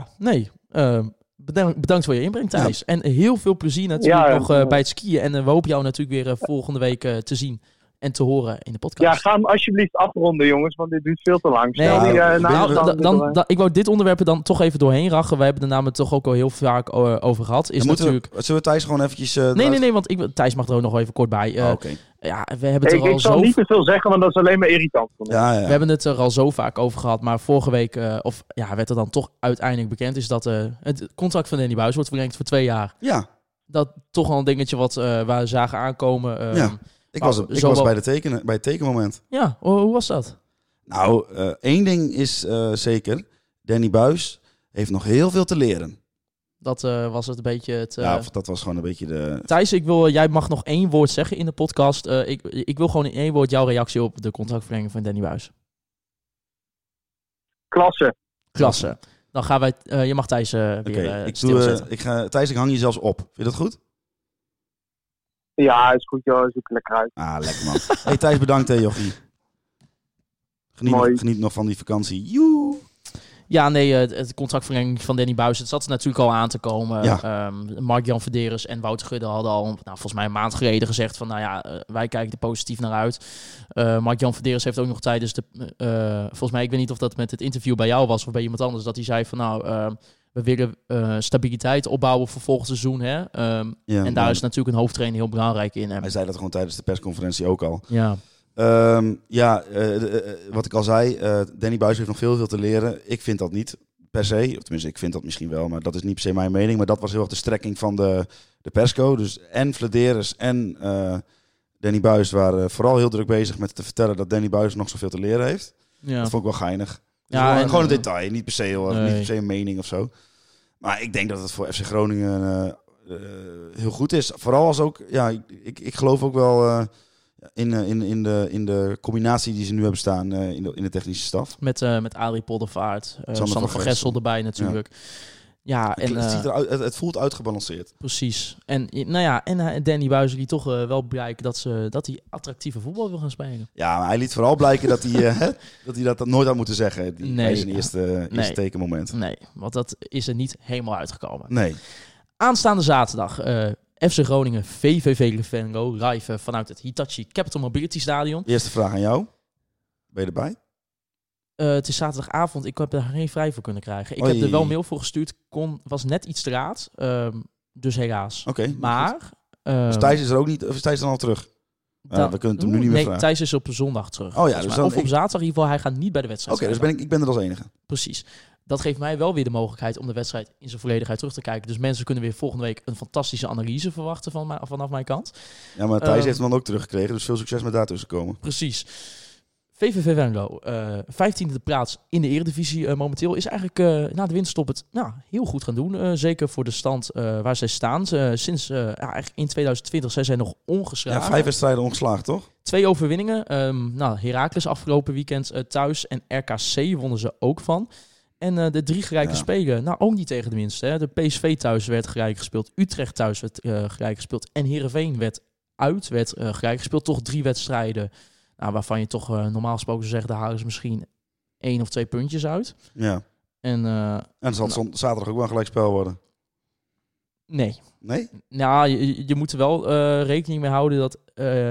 bedankt voor je inbreng, Thijs. En heel veel plezier natuurlijk nog bij het skiën. En we hopen jou natuurlijk weer volgende week te zien en te horen in de podcast. Ja, ga hem alsjeblieft afronden, jongens, want dit duurt veel te lang. Ik wou dit onderwerp er dan toch even doorheen rachen. We hebben er namelijk toch ook al heel vaak over gehad. Zullen we Thijs gewoon eventjes... Nee, want Thijs mag er ook nog even kort bij. Oké. Ja, we hebben het er al ik zal zo... niet te veel zeggen, want dat is alleen maar irritant voor me. Ja. We hebben het er al zo vaak over gehad, maar vorige week, werd er dan toch uiteindelijk bekend, is dat het contract van Danny Buijs wordt verlengd voor 2 jaar. Ja. Dat toch al een dingetje wat we zagen aankomen. Ik was bij het tekenmoment. Ja, hoe was dat? Nou, 1 ding is zeker. Danny Buijs heeft nog heel veel te leren. Dat was het een beetje het... dat was gewoon een beetje de... Thijs, jij mag nog 1 woord zeggen in de podcast. Ik wil gewoon in 1 woord jouw reactie op de contractverlenging van Danny Buijs. Klasse. Dan gaan wij... je mag Thijs weer stilzetten. Thijs, ik hang je zelfs op. Vind je dat goed? Ja, is goed joh. Zoek lekker uit. Lekker man. Hey Thijs, bedankt hè jochie. Geniet nog van die vakantie. Joe! Ja, nee, het contractverlenging van Danny Buijs, het zat er natuurlijk al aan te komen. Ja. Mark-Jan Verderes en Wouter Gudde hadden al, volgens mij een maand geleden gezegd van, wij kijken er positief naar uit. Mark-Jan Verderes heeft ook nog tijdens volgens mij, ik weet niet of dat met het interview bij jou was of bij iemand anders, dat hij zei van, we willen stabiliteit opbouwen voor volgend seizoen. Hè? En daar is natuurlijk een hoofdtrainer heel belangrijk in. Hij zei dat gewoon tijdens de persconferentie ook al. Ja. Wat ik al zei, Danny Buijs heeft nog veel te leren. Ik vind dat niet per se. Of tenminste, ik vind dat misschien wel, maar dat is niet per se mijn mening. Maar dat was heel erg de strekking van de persco. Dus en Vladeres en Danny Buijs waren vooral heel druk bezig met te vertellen dat Danny Buijs nog zoveel te leren heeft. Ja. Dat vond ik wel geinig. Dus gewoon een detail, niet per se niet per se een mening of zo. Maar ik denk dat het voor FC Groningen heel goed is. Vooral als ook, ik geloof ook wel in de combinatie die ze nu hebben staan in de technische staf. Met Adrie Poldervaart, Sander van Gessel erbij natuurlijk. Ja, het voelt uitgebalanceerd. Precies. En Danny Buijs die toch wel blijken dat hij attractieve voetbal wil gaan spelen. Ja, maar hij liet vooral blijken dat hij dat nooit had moeten zeggen. Bij zijn eerste tekenmoment. Nee, want dat is er niet helemaal uitgekomen. Nee. Aanstaande zaterdag FC Groningen VVV Venlo live vanuit het Hitachi Capital Mobility Stadion. Eerste vraag aan jou. Ben je erbij? Het is zaterdagavond. Ik heb er geen vrij voor kunnen krijgen. Ik heb er wel mail voor gestuurd. Was net iets te laat. Dus helaas. Oké. Maar... Dus Thijs is er ook niet... Of is Thijs dan al terug? We kunnen het hem nu niet meer vragen. Thijs is op zondag terug. Oh ja. Dus of op zaterdag in ieder geval. Hij gaat niet bij de wedstrijd. Oké, dus ik ben er als enige. Precies. Dat geeft mij wel weer de mogelijkheid om de wedstrijd in zijn volledigheid terug te kijken. Dus mensen kunnen weer volgende week een fantastische analyse verwachten vanaf mijn kant. Ja, maar Thijs heeft hem dan ook teruggekregen. Dus veel succes met daartussen komen. Precies. VVV Venlo, 15e plaats in de Eredivisie momenteel, is eigenlijk na de winterstop het heel goed gaan doen. Zeker voor de stand waar zij staan. Sinds eigenlijk in 2020 zij zijn nog ongeslagen. Ja, 5 wedstrijden ongeslagen, toch? 2 overwinningen. Heracles afgelopen weekend thuis en RKC wonnen ze ook van. En de 3 gelijke spelen, ook niet tegen de minste. Hè. De PSV thuis werd gelijk gespeeld, Utrecht thuis werd gelijk gespeeld en Heerenveen werd gelijk gespeeld. Toch 3 wedstrijden. Waarvan je toch normaal gesproken zou zeggen, daar halen ze misschien 1 of 2 puntjes uit. Ja. En dan zal het zaterdag ook wel een gelijkspel worden. Nee? Nou, je moet er wel rekening mee houden dat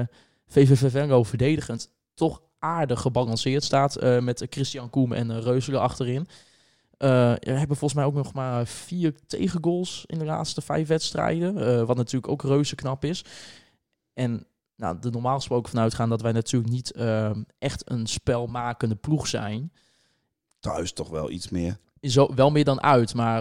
VVV Venlo verdedigend toch aardig gebalanceerd staat. Met Christian Koem en Reuselen achterin. We hebben volgens mij ook nog maar 4 tegengoals in de laatste 5 wedstrijden. Wat natuurlijk ook reuze knap is. En... er normaal gesproken vanuit gaan dat wij natuurlijk niet echt een spelmakende ploeg zijn. Thuis toch wel iets meer. Wel meer dan uit, maar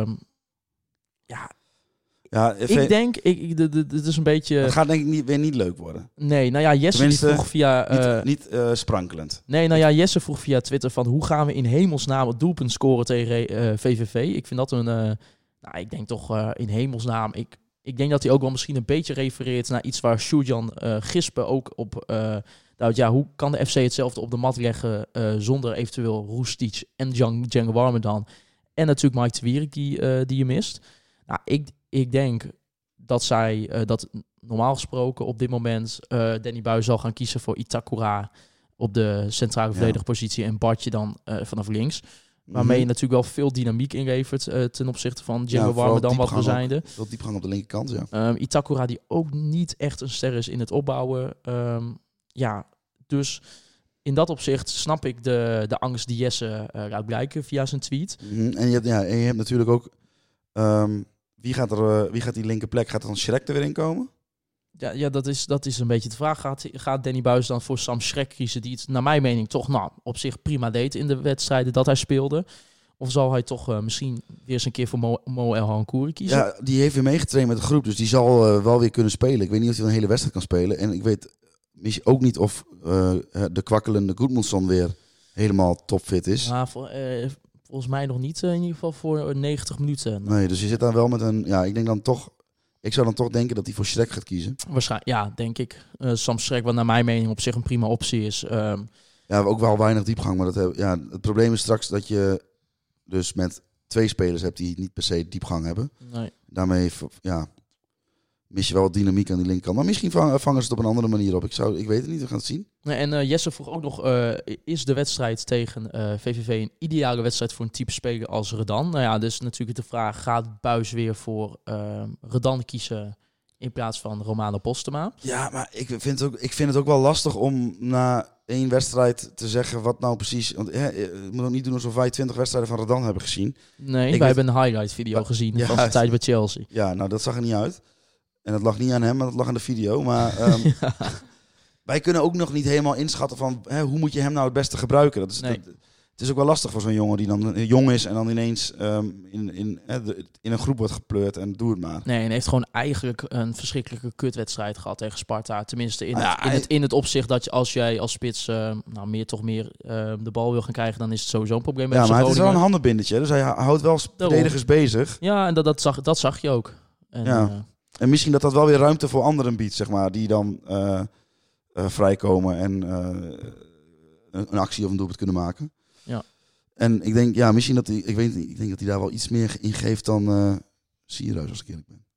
ik denk, het is een beetje... Het gaat denk ik weer niet leuk worden. Nee, Jesse die vroeg via... Niet sprankelend. Nee, Jesse vroeg via Twitter van hoe gaan we in hemelsnaam het doelpunt scoren tegen VVV? Ik vind dat ik denk toch in hemelsnaam... ik denk dat hij ook wel misschien een beetje refereert naar iets waar Sjoerdjan Gispen ook op... hoe kan de FC hetzelfde op de mat leggen zonder eventueel Roestic en Django Warmerdam en natuurlijk Mike de Wierik die je mist. Nou, ik denk dat zij dat normaal gesproken op dit moment Danny Buis zal gaan kiezen voor Itakura op de centrale verdedigerpositie en Bartje dan vanaf links. Waarmee je natuurlijk wel veel dynamiek inlevert ten opzichte van Django Warmerdam wat we zijnde. Veel diepgang op de linkerkant, ja. Itakura die ook niet echt een ster is in het opbouwen. Dus in dat opzicht snap ik de angst die Jesse laat blijken via zijn tweet. En je hebt natuurlijk ook... wie gaat die linkerplek? Gaat er dan Schrek er weer in komen? Ja, dat is een beetje de vraag. Gaat Danny Buis dan voor Sam Schrek kiezen, die het naar mijn mening toch op zich prima deed in de wedstrijden dat hij speelde? Of zal hij toch misschien weer eens een keer voor Mo El Hankouri kiezen? Ja, die heeft weer meegetraind met de groep, dus die zal wel weer kunnen spelen. Ik weet niet of hij een hele wedstrijd kan spelen. En ik weet ook niet of de kwakkelende Goedmundsson weer helemaal topfit is. Ja, volgens mij nog niet, in ieder geval voor 90 minuten. Nee, dus je zit daar wel met een... Ja, ik zou dan toch denken dat hij voor Schrek gaat kiezen. Waarschijnlijk, ja, denk ik. Sam Schrek, wat naar mijn mening op zich een prima optie is. Ja, ook wel weinig diepgang. Maar het probleem is straks dat je dus met 2 spelers hebt die niet per se diepgang hebben. Nee. Daarmee mis je wel wat dynamiek aan die linkerkant. Maar misschien vangen ze het op een andere manier op. Ik weet het niet, we gaan het zien. Nee, en Jesse vroeg ook nog, is de wedstrijd tegen VVV een ideale wedstrijd voor een type speler als Redan? Nou ja, dus natuurlijk de vraag, gaat Buis weer voor Redan kiezen in plaats van Romano Postema? Ja, maar ik vind het ook wel lastig om na 1 wedstrijd te zeggen wat nou precies... Want je moet ook niet doen alsof wij 20 wedstrijden van Redan hebben gezien. Nee, wij hebben een highlight video gezien van zijn tijd bij Chelsea. Ja, nou dat zag er niet uit. En dat lag niet aan hem, maar dat lag aan de video. Maar wij kunnen ook nog niet helemaal inschatten van hoe moet je hem nou het beste gebruiken. Het is ook wel lastig voor zo'n jongen die dan jong is en dan ineens in een groep wordt gepleurd en doe het maar. Nee, en heeft gewoon eigenlijk een verschrikkelijke kutwedstrijd gehad tegen Sparta. Tenminste in het opzicht dat je als jij als spits meer de bal wil gaan krijgen, dan is het sowieso een probleem. Ja, maar het is wel een handenbindertje, dus hij houdt wel verdedigers bezig. Ja, en dat zag je ook. En misschien dat wel weer ruimte voor anderen biedt, zeg maar, die dan vrijkomen en een actie of een doelpunt kunnen maken. Ja. En ik denk, misschien dat hij, ik denk dat hij daar wel iets meer in geeft dan Sierhuis, als ik eerlijk ben.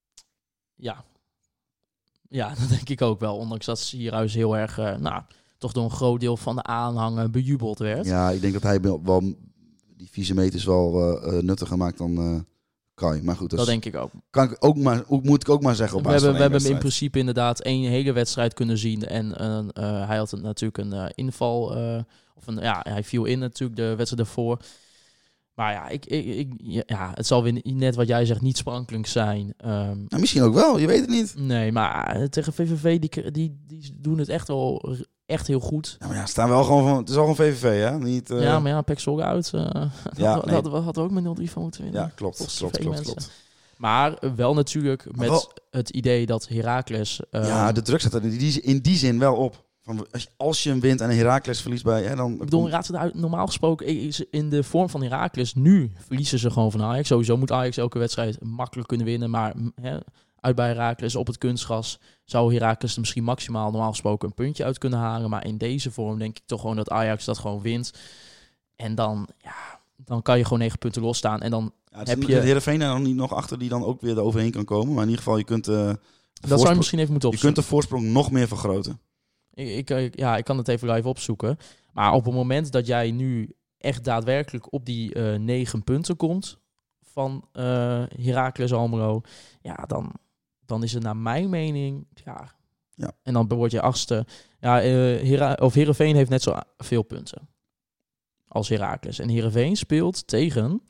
Ja, dat denk ik ook wel. Ondanks dat Sierhuis heel erg, toch door een groot deel van de aanhang bejubeld werd. Ja, ik denk dat hij wel die vieze meters wel nuttiger maakt dan Kai. Maar goed, dat denk ik ook. Moet ik ook maar zeggen op basis van we hebben hem in principe inderdaad 1 hele wedstrijd kunnen zien. En hij had natuurlijk een inval... hij viel in natuurlijk de wedstrijd ervoor. Maar ja, het zal weer net wat jij zegt niet sprankelend zijn. Misschien ook wel, je weet het niet. Nee, maar tegen VVV, die doen het echt wel echt heel goed. Ja, maar staan wel gewoon van... Het is al gewoon VVV, hè? Niet, Ja, maar PEC Zwolle uit. Hadden we ook met 0-3 van moeten winnen. Ja, klopt. Maar wel natuurlijk met het idee dat Heracles... de druk staat er in die zin wel op. Als je hem wint en een Heracles verliest bij... dan. Ik bedoel, normaal gesproken in de vorm van Heracles... Nu verliezen ze gewoon van Ajax. Sowieso moet Ajax elke wedstrijd makkelijk kunnen winnen. Maar uit bij Heracles op het kunstgras... zou Heracles er misschien maximaal normaal gesproken een puntje uit kunnen halen. Maar in deze vorm denk ik toch gewoon dat Ajax dat gewoon wint. En dan kan je gewoon 9 punten losstaan. En dan heb je... Heerenveen er nog niet achter die dan ook weer eroverheen kan komen. Maar in ieder geval, je kunt... dat zou je misschien even moeten opzoeken. Je kunt de voorsprong nog meer vergroten. Ik kan het even live opzoeken. Maar op het moment dat jij nu echt daadwerkelijk op die 9 punten komt van Heracles Almelo, dan is het naar mijn mening, ja. En dan word je 8e. Ja, Heerenveen heeft net zo veel punten als Heracles. En Heerenveen speelt tegen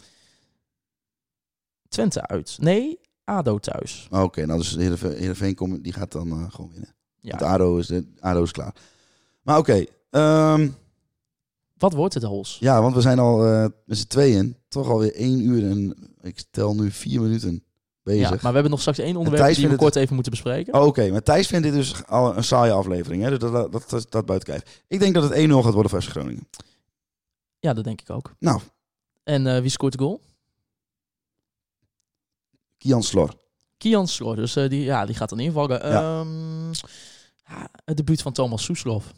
Twente uit. Nee, ADO thuis. Oké, nou dus Heerenveen die gaat dan gewoon winnen. Ja. Want ADO is klaar. Maar oké. Wat wordt het, Hols? Ja, want we zijn al met z'n tweeën toch alweer 1 uur en ik tel nu 4 minuten bezig. Ja, maar we hebben nog straks 1 onderwerp die we kort even moeten bespreken. Oké, maar Thijs vindt dit dus al een saaie aflevering. Hè? Dus dat buiten kijf. Ik denk dat het 1-0 gaat worden voor FC Groningen. Ja, dat denk ik ook. Nou. En wie scoort de goal? Kian Slor. Kian Sloor, dus die gaat dan invallen. Ja. Het debuut van Thomas Soeslof.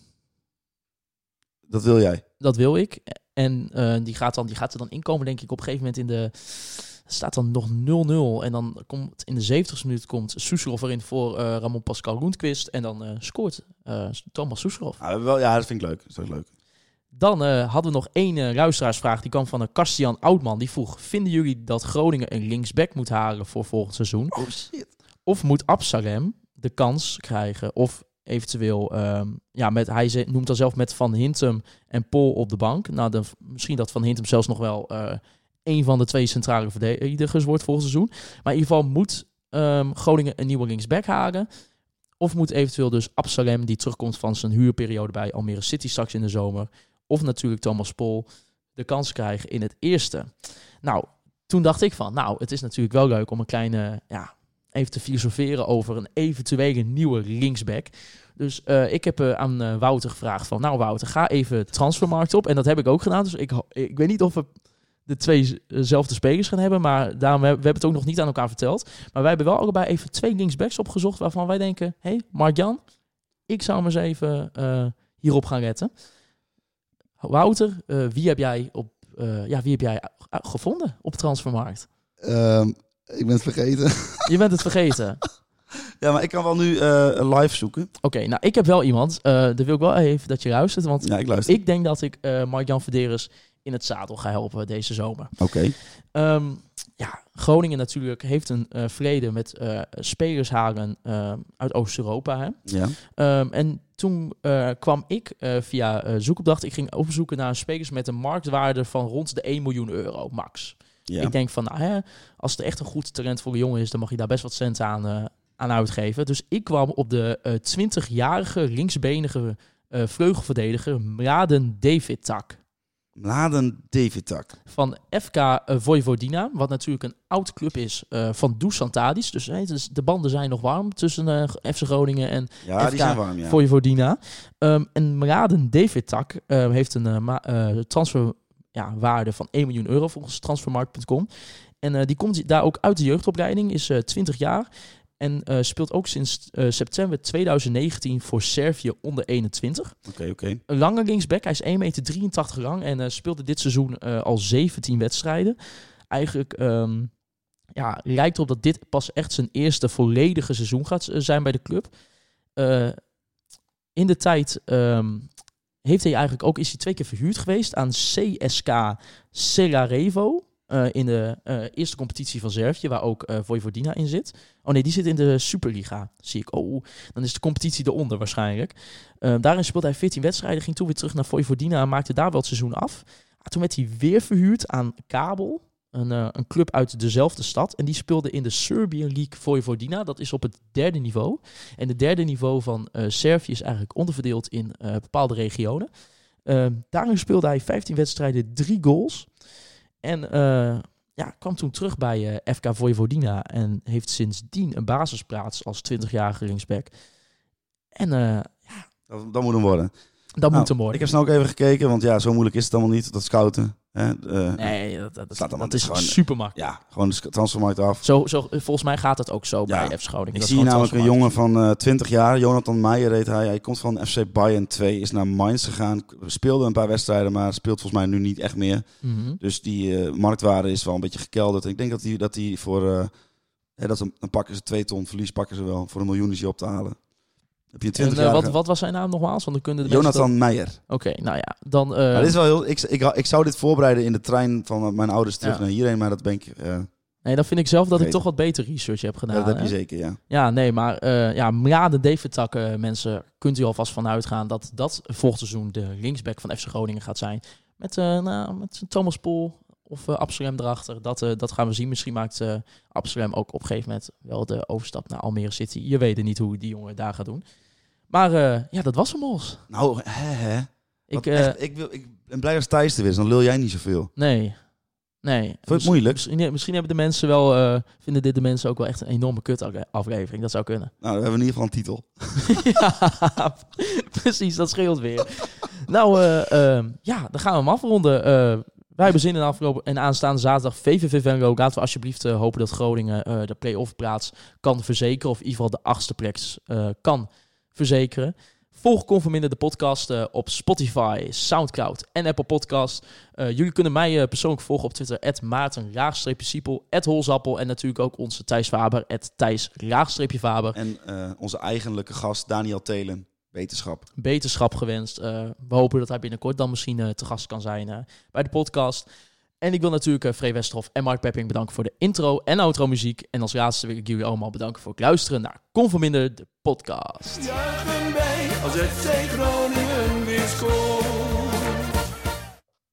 Dat wil jij. Dat wil ik. En die gaat er dan inkomen, denk ik, op een gegeven moment in de... Het staat dan nog 0-0. En dan komt in de 70ste minuut komt Soeslof erin voor Ramon Pascal Roentquist. En dan scoort Thomas Soeslof. Ja, dat vind ik leuk. Dat is leuk. Dan hadden we nog één luisteraarsvraag. Die kwam van Karstian Oudman. Die vroeg, vinden jullie dat Groningen een linksback moet halen voor volgend seizoen? Oh shit. Of moet Absalem de kans krijgen? Of eventueel, hij noemt dan zelf met Van Hintem en Pol op de bank. Nou, misschien dat Van Hintem zelfs nog wel een van de 2 centrale verdedigers wordt volgend seizoen. Maar in ieder geval moet Groningen een nieuwe linksback halen. Of moet eventueel dus Absalem, die terugkomt van zijn huurperiode bij Almere City straks in de zomer. Of natuurlijk Thomas Pol de kans krijgen in het eerste. Nou, toen dacht ik van, het is natuurlijk wel leuk om een kleine, even te filosoferen over een eventuele nieuwe linksback. Dus ik heb aan Wouter gevraagd van, Wouter, ga even transfermarkt op. En dat heb ik ook gedaan. Dus ik weet niet of we de 2zelfde spelers gaan hebben, maar daarom we hebben het ook nog niet aan elkaar verteld. Maar wij hebben wel allebei even 2 linksbacks opgezocht waarvan wij denken, Mark-Jan, ik zou hem eens even hierop gaan letten. Wouter, wie heb jij gevonden op Transfermarkt? Ik ben het vergeten. Je bent het vergeten. Ja, maar ik kan wel nu live zoeken. Oké, ik heb wel iemand. Daar wil ik wel even dat je luistert. Want Ja, ik luister. ik denk dat ik Mark-Jan Verderes in het zadel ga helpen deze zomer. Oké. Groningen natuurlijk heeft een verleden met spelers halen uit Oost-Europa. Hè? Ja. En toen kwam ik via zoekopdracht. Ik ging opzoeken naar spelers met een marktwaarde van rond de 1 miljoen euro max. Ja. Ik denk van, als het echt een goed talent voor een jongen is, dan mag je daar best wat cent aan uitgeven. Dus ik kwam op de 20-jarige linksbenige vleugelverdediger Mladen Davidtak. Mladen Davidtak. Van FK Vojvodina, wat natuurlijk een oud club is van Dusan Tadic. Dus de banden zijn nog warm tussen FC Groningen en Ja, FK die zijn warm, ja. Vojvodina. En Mladen Davidtak heeft een transferwaarde van 1 miljoen euro volgens transfermarkt.com. En die komt daar ook uit de jeugdopleiding, is 20 jaar. En speelt ook sinds september 2019 voor Servië onder 21. Oké. Een lange linksback. Hij is 1,83 meter lang en speelde dit seizoen al 17 wedstrijden. Eigenlijk lijkt erop dat dit pas echt zijn eerste volledige seizoen gaat zijn bij de club. In de tijd is hij 2 keer verhuurd geweest aan CSKA Sarajevo. In de eerste competitie van Servië, waar ook Vojvodina in zit. Oh nee, die zit in de Superliga, zie ik. Oh, dan is de competitie eronder waarschijnlijk. Daarin speelde hij 14 wedstrijden, ging toen weer terug naar Vojvodina en maakte daar wel het seizoen af. Toen werd hij weer verhuurd aan Kabel, een club uit dezelfde stad. En die speelde in de Serbian League Vojvodina. Dat is op het 3e niveau. En het 3e niveau van Servië is eigenlijk onderverdeeld in bepaalde regionen. Daarin speelde hij 15 wedstrijden, 3 goals. En kwam toen terug bij FK Vojvodina en heeft sindsdien een basisplaats als 20-jarige linksback. En Dat moet hem worden. Dat moet hem worden. Ik heb snel ook even gekeken, want zo moeilijk is het allemaal niet, dat scouten. Nee, dat is gewoon super makkelijk. Ja, gewoon de transfermarkt af. Zo, volgens mij gaat het ook zo bij FC Groningen. Ik zie namelijk een jongen van 20 jaar, Jonathan Meijer heet hij. Hij komt van FC Bayern 2, is naar Mainz gegaan. Speelde een paar wedstrijden, maar speelt volgens mij nu niet echt meer. Mm-hmm. Dus die marktwaarde is wel een beetje gekelderd. Ik denk dat hij voor... dan pakken ze 2 ton verlies, pakken ze wel. Voor 1 miljoen is hij op te halen. Heb je 20 jaar wat was zijn naam nogmaals? Want dan kunnen de Jonathan Meijer. Oké, dan... Maar dit is wel heel... Ik zou dit voorbereiden in de trein van mijn ouders terug naar hierheen, maar dat ben ik... Nee, dan vind ik zelf dat ik toch wat beter research heb gedaan. Ja, dat heb je zeker, ja. Ja, nee, maar Mladen Davidtak, mensen, kunt u alvast van uitgaan dat volgend seizoen de linksback van FC Groningen gaat zijn. Met Thomas Pol of Absalem erachter. Dat gaan we zien. Misschien maakt Absalem ook op een gegeven moment wel de overstap naar Almere City. Je weet niet hoe die jongen daar gaat doen. Maar dat was hem, Os. Nou, ik ben blij als Thijs er is, dan lul jij niet zoveel. Nee. Vond je het moeilijk? Misschien hebben de mensen wel, vinden dit de mensen ook wel echt een enorme kut-aflevering. Dat zou kunnen. Nou, dan hebben we in ieder geval een titel. Ja, precies, dat scheelt weer. Nou, dan gaan we hem afronden. Wij hebben zin in afgelopen en aanstaande zaterdag VVV Venlo. Laten we alsjeblieft hopen dat Groningen de play-off plaats kan verzekeren. Of in ieder geval de 8e plek kan verzekeren. Volg Conforminder de podcast op Spotify, Soundcloud en Apple Podcast. Jullie kunnen mij persoonlijk volgen op Twitter @Maarten_Siepel, @Holzappel en natuurlijk ook onze Thijs Faber, @Thijs_Faber. En onze eigenlijke gast Daniel Telen, wetenschap. Beterschap gewenst. We hopen dat hij binnenkort dan misschien te gast kan zijn bij de podcast. En ik wil natuurlijk Free Westerhof en Mark Pepping bedanken voor de intro en outro muziek. En als laatste wil ik jullie allemaal bedanken voor het luisteren naar Conforminder de podcast. Juichen wij als FC Groningen weer scoort.